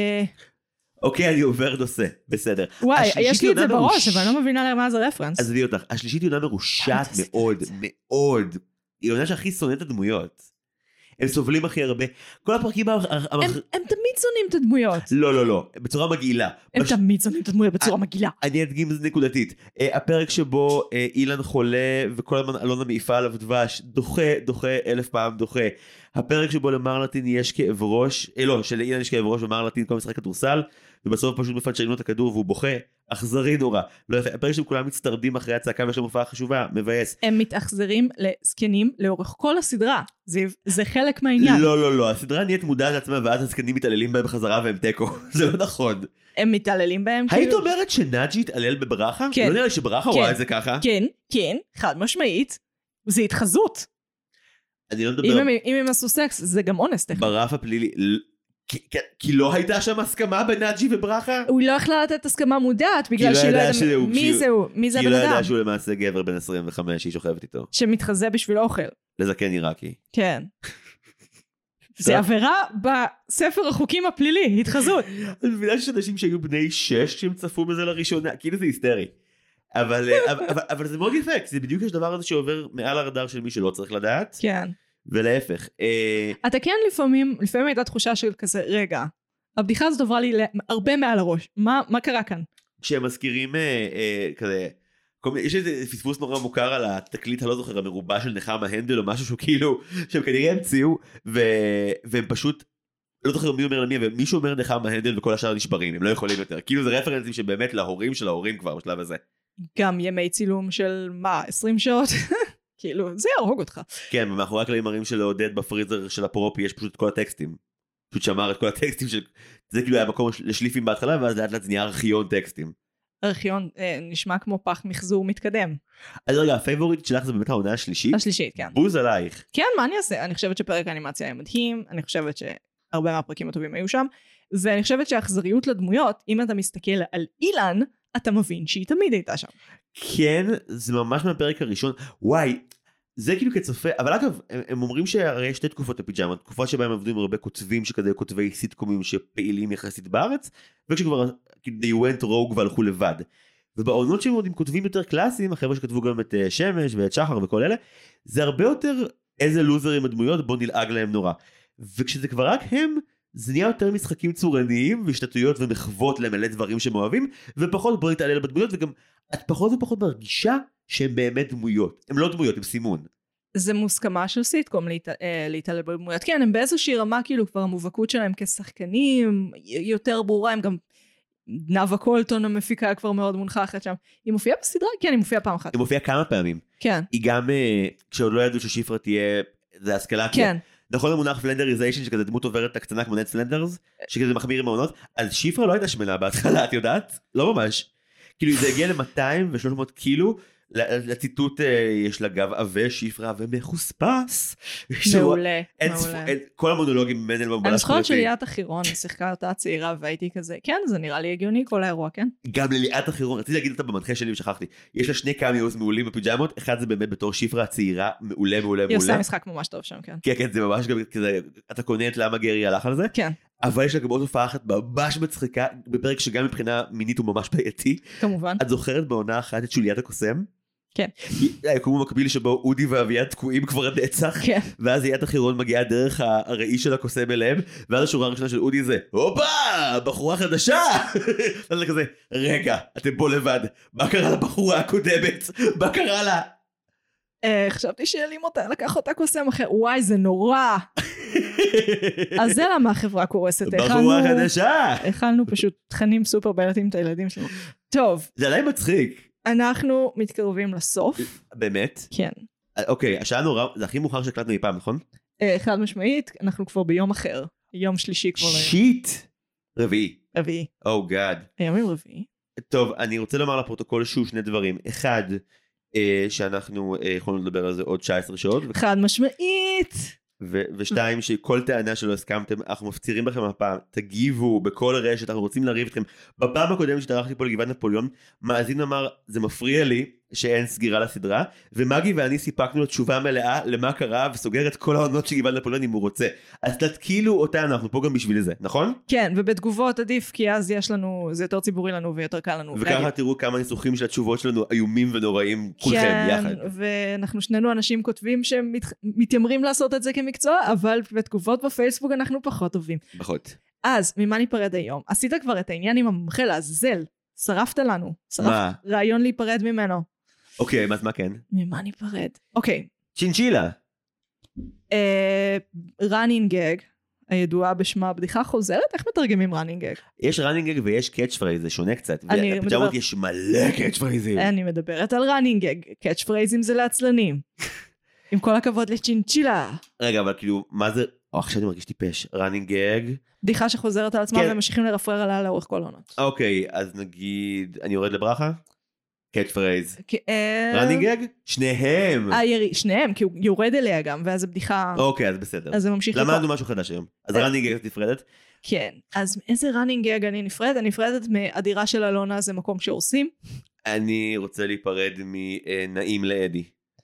אוקיי, אני עובר נושא, בסדר. וואי, יש לי את זה בראש, אבל אני לא מבינה למה זה רפרנס. אז אני אותך, השלישית היא עונה מרושעת מאוד, מאוד. היא עונה שהכי שונאת הדמויות. הם סובלים הכי הרבה. כל הפרקים... הם תמיד שונאים את הדמויות. לא, לא, לא. בצורה מגעילה. הם תמיד שונאים את הדמויות בצורה מגעילה. אני אדגים את זה נקודתית. הפרק שבו אילן חולה וכל הזמן אלונה מעיפה עליו דבש, דוחה, דוחה, אלף פעם דוחה. הפרק שבו למרלטין יש כאב ראש, לא, שלאילן יש כאב ראש ומרלטין כל משחק כדורסל, ובסוף פשוט מפנצ'רים לו את הכדור והוא בוכה. אכזרי נורא. לא יפה. הפרק שהם כולם מצטרדים אחרי הצעקה ויש להם הופעה חשובה, מבאס. הם מתאכזרים לזקנים לאורך כל הסדרה. זה, זה חלק מהעניין. לא, לא, לא. הסדרה נהיית מודעת לעצמה ואז הזקנים מתעללים בהם בחזרה והם טקו. זה לא נכון. הם מתעללים בהם. היית אומרת שנאג'י התעלל בברכה? כן. לא נראה לי שברכה רואה את זה ככה. כן, כן, חד משמעית. זה התחזות. אני לא מדבר. אם הם, אם הם עשו סקס, זה גם אונס. ברף הפלילי. כי, כי, כי לא הייתה שם הסכמה בין נאג'י וברכה? הוא לא יכלה לתת הסכמה מודעת, בגלל שהיא לא ידעה מי זהו, מי זה הבן אדם. כי לא ידעה שהוא למעשה גבר בן עשרים וחמש, שהיא שוכבת איתו. שמתחזה בשביל אוכל. לזקן עיראקי. כן. זה עבירה בספר החוקים הפלילי, התחזות. אני מבינה שיש אנשים שהיו בני שש שהם צפו בזה לראשונה, כאילו זה היסטרי. אבל, אבל, אבל זה מאוד יפה, כי זה בדיוק יש דבר הזה שעובר מעל הרדאר של מי שלא צריך לדעת. כן. ולהפך. אתה כן לפעמים, לפעמים הייתה תחושה של כזה, רגע, הבדיחה הזאת עברה לי הרבה מעל הראש. מה, מה קרה כאן? כשהם מזכירים אה, אה, כזה, יש איזה פספוס נורא מוכר על התקליט הלא זוכר המרובע של נחמה הנדל או משהו שהוא כאילו, שהם כנראה המציאו, ו... והם פשוט, לא זוכר מי אומר למי, ומישהו אומר נחמה הנדל וכל השאר נשברים, הם לא יכולים יותר. כאילו זה רפרנסים שבאמת להורים של ההורים כבר בשלב הזה. גם ימי צילום של מה, עשרים שעות? כאילו, זה יהרוג אותך. כן, ומאחורי הכללים מראים שלעודד בפריזר של הפרופי יש פשוט את כל הטקסטים. פשוט שמר את כל הטקסטים של... זה כאילו היה מקום לשליפים בהתחלה, ואז לאט לאט זה נהיה ארכיון טקסטים. ארכיון אה, נשמע כמו פח מחזור מתקדם. אז רגע, הפייבוריט שלך זה באמת העונה השלישית? השלישית, כן. בוז עלייך. כן, מה אני אעשה? אני חושבת שפרק האנימציה היה מדהים, אני חושבת שהרבה מהפרקים הטובים היו שם, ואני חושבת שהאכזריות לדמויות, אם אתה מסתכל על אילן, אתה מבין שהיא תמיד הייתה שם. כן, זה ממש מהפרק הראשון. וואי, זה כאילו כצופה, אבל אגב, הם, הם אומרים שהרי יש שתי תקופות לפיג'מה, תקופה שבה הם עבדו עם הרבה כותבים שכזה כותבי סיטקומים שפעילים יחסית בארץ, וכשכבר they went rogue והלכו לבד. ובעונות שהם עוד עם כותבים יותר קלאסיים, החבר'ה שכתבו גם את uh, שמש ואת שחר וכל אלה, זה הרבה יותר איזה לוזרים הדמויות, בוא נלעג להם נורא. וכשזה כבר רק הם, זה נהיה יותר משחקים צורניים והשתתויות ומחוות למלא דברים שהם אוהבים, ופחות בוא נתעלל בדמויות, וגם את פחות ופחות מרגישה שהם באמת דמויות. הם לא דמויות, הם סימון. זה מוסכמה של סיטקום להת... להתעלל בדמויות. כן, הם באיזושהי רמה כאילו כבר המובהקות שלהם כשחקנים, יותר ברורה, הם גם נאווה קולטון המפיקה כבר מאוד מונחחת שם. היא מופיעה בסדרה? כן, היא מופיעה פעם אחת. היא מופיעה כמה פעמים. כן. היא גם, כשעוד לא ידעו ששיפרה תהיה, זה השכלה. כן. נכון המונח פלנדריזיישן, שכזה דמות עוברת הקצנה כמו נד פלנדרס, שכזה מחמיר עם העונות, אז שיפרה לא הייתה שמנה בהתחלה, את יודעת? לא ממש. כאילו זה הגיע ל-מאתיים ושלוש מאות קילו, לציטוט יש לה גב עבה, שיפרה ומחוספס. מעולה, מעולה. כל המונולוגים ממנו במובן אני זוכרת שליאת החירון שיחקה אותה צעירה והייתי כזה, כן, זה נראה לי הגיוני כל האירוע, כן? גם לליאת החירון, רציתי להגיד אותה במנחה שלי ושכחתי, יש לה שני קאמיוז מעולים בפיג'מות, אחד זה באמת בתור שיפרה הצעירה, מעולה, מעולה, מעולה. היא עושה משחק ממש טוב שם, כן. כן, כן, זה ממש גם כזה, אתה קונה את למה גרי הלך על זה. כן. אבל יש לה גם עוד הופעה אחת ממש מצחיקה, בפרק שגם מבחינה מינית הוא ממש בעייתי. כמובן. את זוכרת בעונה אחת את שוליית הקוסם? כן. היקום המקביל שבו אודי ואביעד תקועים כבר נצח, כן. ואז ליאת החירון מגיעה דרך הראי של הקוסם אליהם, ואז השורה הראשונה של אודי זה, הופה, בחורה חדשה! אז זה כזה, רגע, אתם פה לבד, מה קרה לבחורה הקודמת? מה קרה לה? חשבתי שאלים אותה, לקח אותה קוסם אחר, וואי זה נורא. אז זה למה החברה קורסת. בחורה חדשה! הכלנו פשוט תכנים סופר בעייתיים את הילדים שלנו. טוב. זה עדיין מצחיק. אנחנו מתקרבים לסוף. באמת? כן. אוקיי, השעה נורא, זה הכי מאוחר שהקלטנו אי פעם, נכון? חד משמעית, אנחנו כבר ביום אחר. יום שלישי כבר. שיט! רביעי. רביעי. או גאד. הימים רביעי. טוב, אני רוצה לומר לפרוטוקול שוב שני דברים. אחד, שאנחנו יכולנו לדבר על זה עוד תשע עשרה שעות. חד משמעית! ושתיים, שכל טענה שלא הסכמתם, אנחנו מפצירים בכם הפעם, תגיבו בכל רשת, אנחנו רוצים לריב אתכם. בפעם הקודמת שדרכתי פה לגבעת נפוליאון, מאזין אמר, זה מפריע לי שאין סגירה לסדרה, ומגי ואני סיפקנו לתשובה מלאה למה קרה, וסוגר את כל העונות של גבעת נפוליאון אם הוא רוצה. אז תתקילו אותה, אנחנו פה גם בשביל זה, נכון? כן, ובתגובות עדיף, כי אז יש לנו, זה יותר ציבורי לנו ויותר קל לנו. וככה תראו כמה ניסוחים של התשובות שלנו איומים ונוראים, כולכם יחד. כן, ואנחנו שנינו אנשים כותבים שמתיימרים לעשות את זה כמקצוע, אבל בתגובות בפייסבוק אנחנו פחות טובים. פחות. אז, ממה ניפרד היום? עשית כבר את העניין עם המומחה לעזל, שרפת לנו. מה? רעיון להיפרד ממנו. אוקיי, אז מה כן? ממה ניפרד? אוקיי. צ'ינצ'ילה. running gag, הידועה בשמה בדיחה חוזרת, איך מתרגמים running gag? יש running gag ויש catch phrase, זה שונה קצת. ובפג'מות יש מלא catch phrases. אני מדברת על running gag, catch phrases זה לעצלנים. עם כל הכבוד לצ'ינצ'ילה. רגע, אבל כאילו, מה זה? או, עכשיו אני מרגיש טיפש. running gag. בדיחה שחוזרת על עצמה וממשיכים לרפרר עליה לאורך כל עונות. אוקיי, אז נגיד, אני יורד לברכה? catch phrase. running gag? שניהם. שניהם, כי הוא יורד אליה גם, ואז הבדיחה... אוקיי, אז בסדר. אז זה ממשיך... למדנו משהו חדש היום. אז running gag נפרדת? כן. אז איזה running gag אני נפרדת? אני נפרדת מהדירה של אלונה, זה מקום שהורסים. אני רוצה להיפרד מנעים לאדי.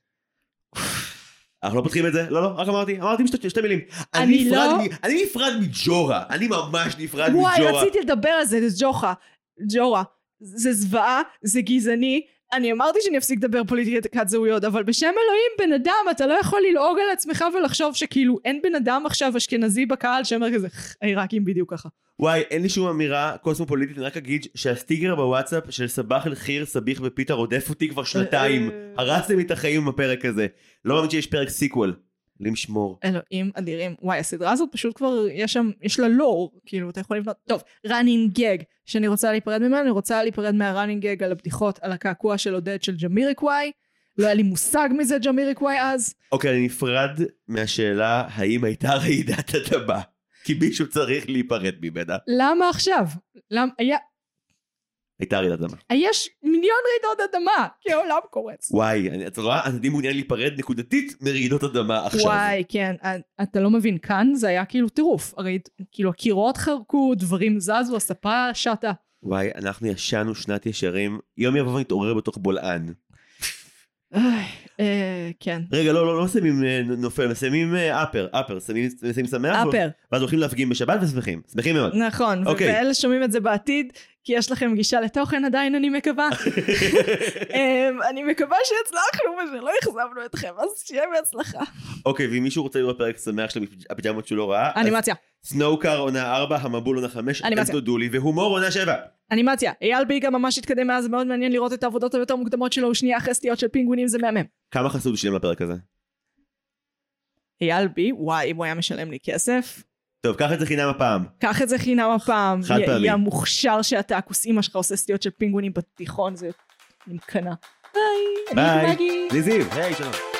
אנחנו לא פותחים את זה? לא, לא, רק אמרתי, אמרתי שתי, שתי מילים. אני, לא... מ... אני נפרד מג'ורה, אני ממש נפרד וואי, מג'ורה. וואי, רציתי לדבר על זה, זה ג'וחה, ג'ורה, זה זוועה, זה גזעני, אני אמרתי שאני אפסיק לדבר פוליטיקת זהויות, אבל בשם אלוהים, בן אדם, אתה לא יכול ללעוג על עצמך ולחשוב שכאילו אין בן אדם עכשיו אשכנזי בקהל שאומר כזה, העיראקים בדיוק ככה. וואי, אין לי שום אמירה קוסמופוליטית, אני רק אגיד שהסטיקר בוואטסאפ של סבח אל חיר, סביח ופיטה רודף אותי כבר שנתיים. הרסתם את החיים עם הפרק הזה. לא מאמין שיש פרק סיקוול. למשמור. אלוהים אדירים. וואי, הסדרה הזאת פשוט כבר, יש שם, יש לה לור, כאילו, אתה יכול לבנות, טוב, running gag, שאני רוצה להיפרד ממנו, אני רוצה להיפרד מה-running gag על הבדיחות, על הקעקוע של עודד של ג'מיריקוואי, לא היה לי מושג מזה ג'מיריקוואי אז. אוקיי, אני נפרד מהשאלה, האם הייתה רעידת אדמה? כי מישהו צריך להיפרד ממנה. למה עכשיו? למה, היה... הייתה רעידת אדמה. יש מיליון רעידות אדמה, כי העולם קורץ. וואי, אני, אתה רואה, אני מעוניין להיפרד נקודתית מרעידות אדמה עכשיו. וואי, כן, אתה לא מבין, כאן זה היה כאילו טירוף. הרי כאילו הקירות חרקו, דברים זזו, הספה שטה. וואי, אנחנו ישנו שנת ישרים, יום יבוא ונתעורר בתוך בולען. כן. רגע, לא, לא, לא מסיימים נופל, מסיימים אפר, אפר, מסיימים שמח. אפר. ואז הולכים להפגין בשבת ושמחים, שמחים מאוד. נכון, ואלה שומעים את זה בעתיד, כי יש לכם גישה לתוכן עדיין, אני מקווה. אני מקווה שהצלחנו ושלא יחזבנו אתכם, אז שיהיה בהצלחה. אוקיי, ואם מישהו רוצה לראות פרק שמח של הפיג'מות שהוא לא ראה, אנימציה. סנואוקר עונה ארבע, המבול עונה חמש, אתם תודו לי, והומור עונה שבע. אנימציה. אייל ביגה ממש התקדם מאז, זה מאוד מעניין לראות את העבודות היותר מוקדמות שלו, שנייה אחרי סטיות של פינגווינים, זה מהמם. כמה חסות שילם לפרק הזה? אייל בי, וואי, אם הוא היה משלם לי כסף. טוב, קח את זה חינם הפעם. קח את זה חינם הפעם. חד פעמי. יהיה מוכשר שאתה, הכוס אמא שלך עושה סטיות של פינגווינים בתיכון, זה נמקנה. ביי. ביי. זה זיו. היי, שלום.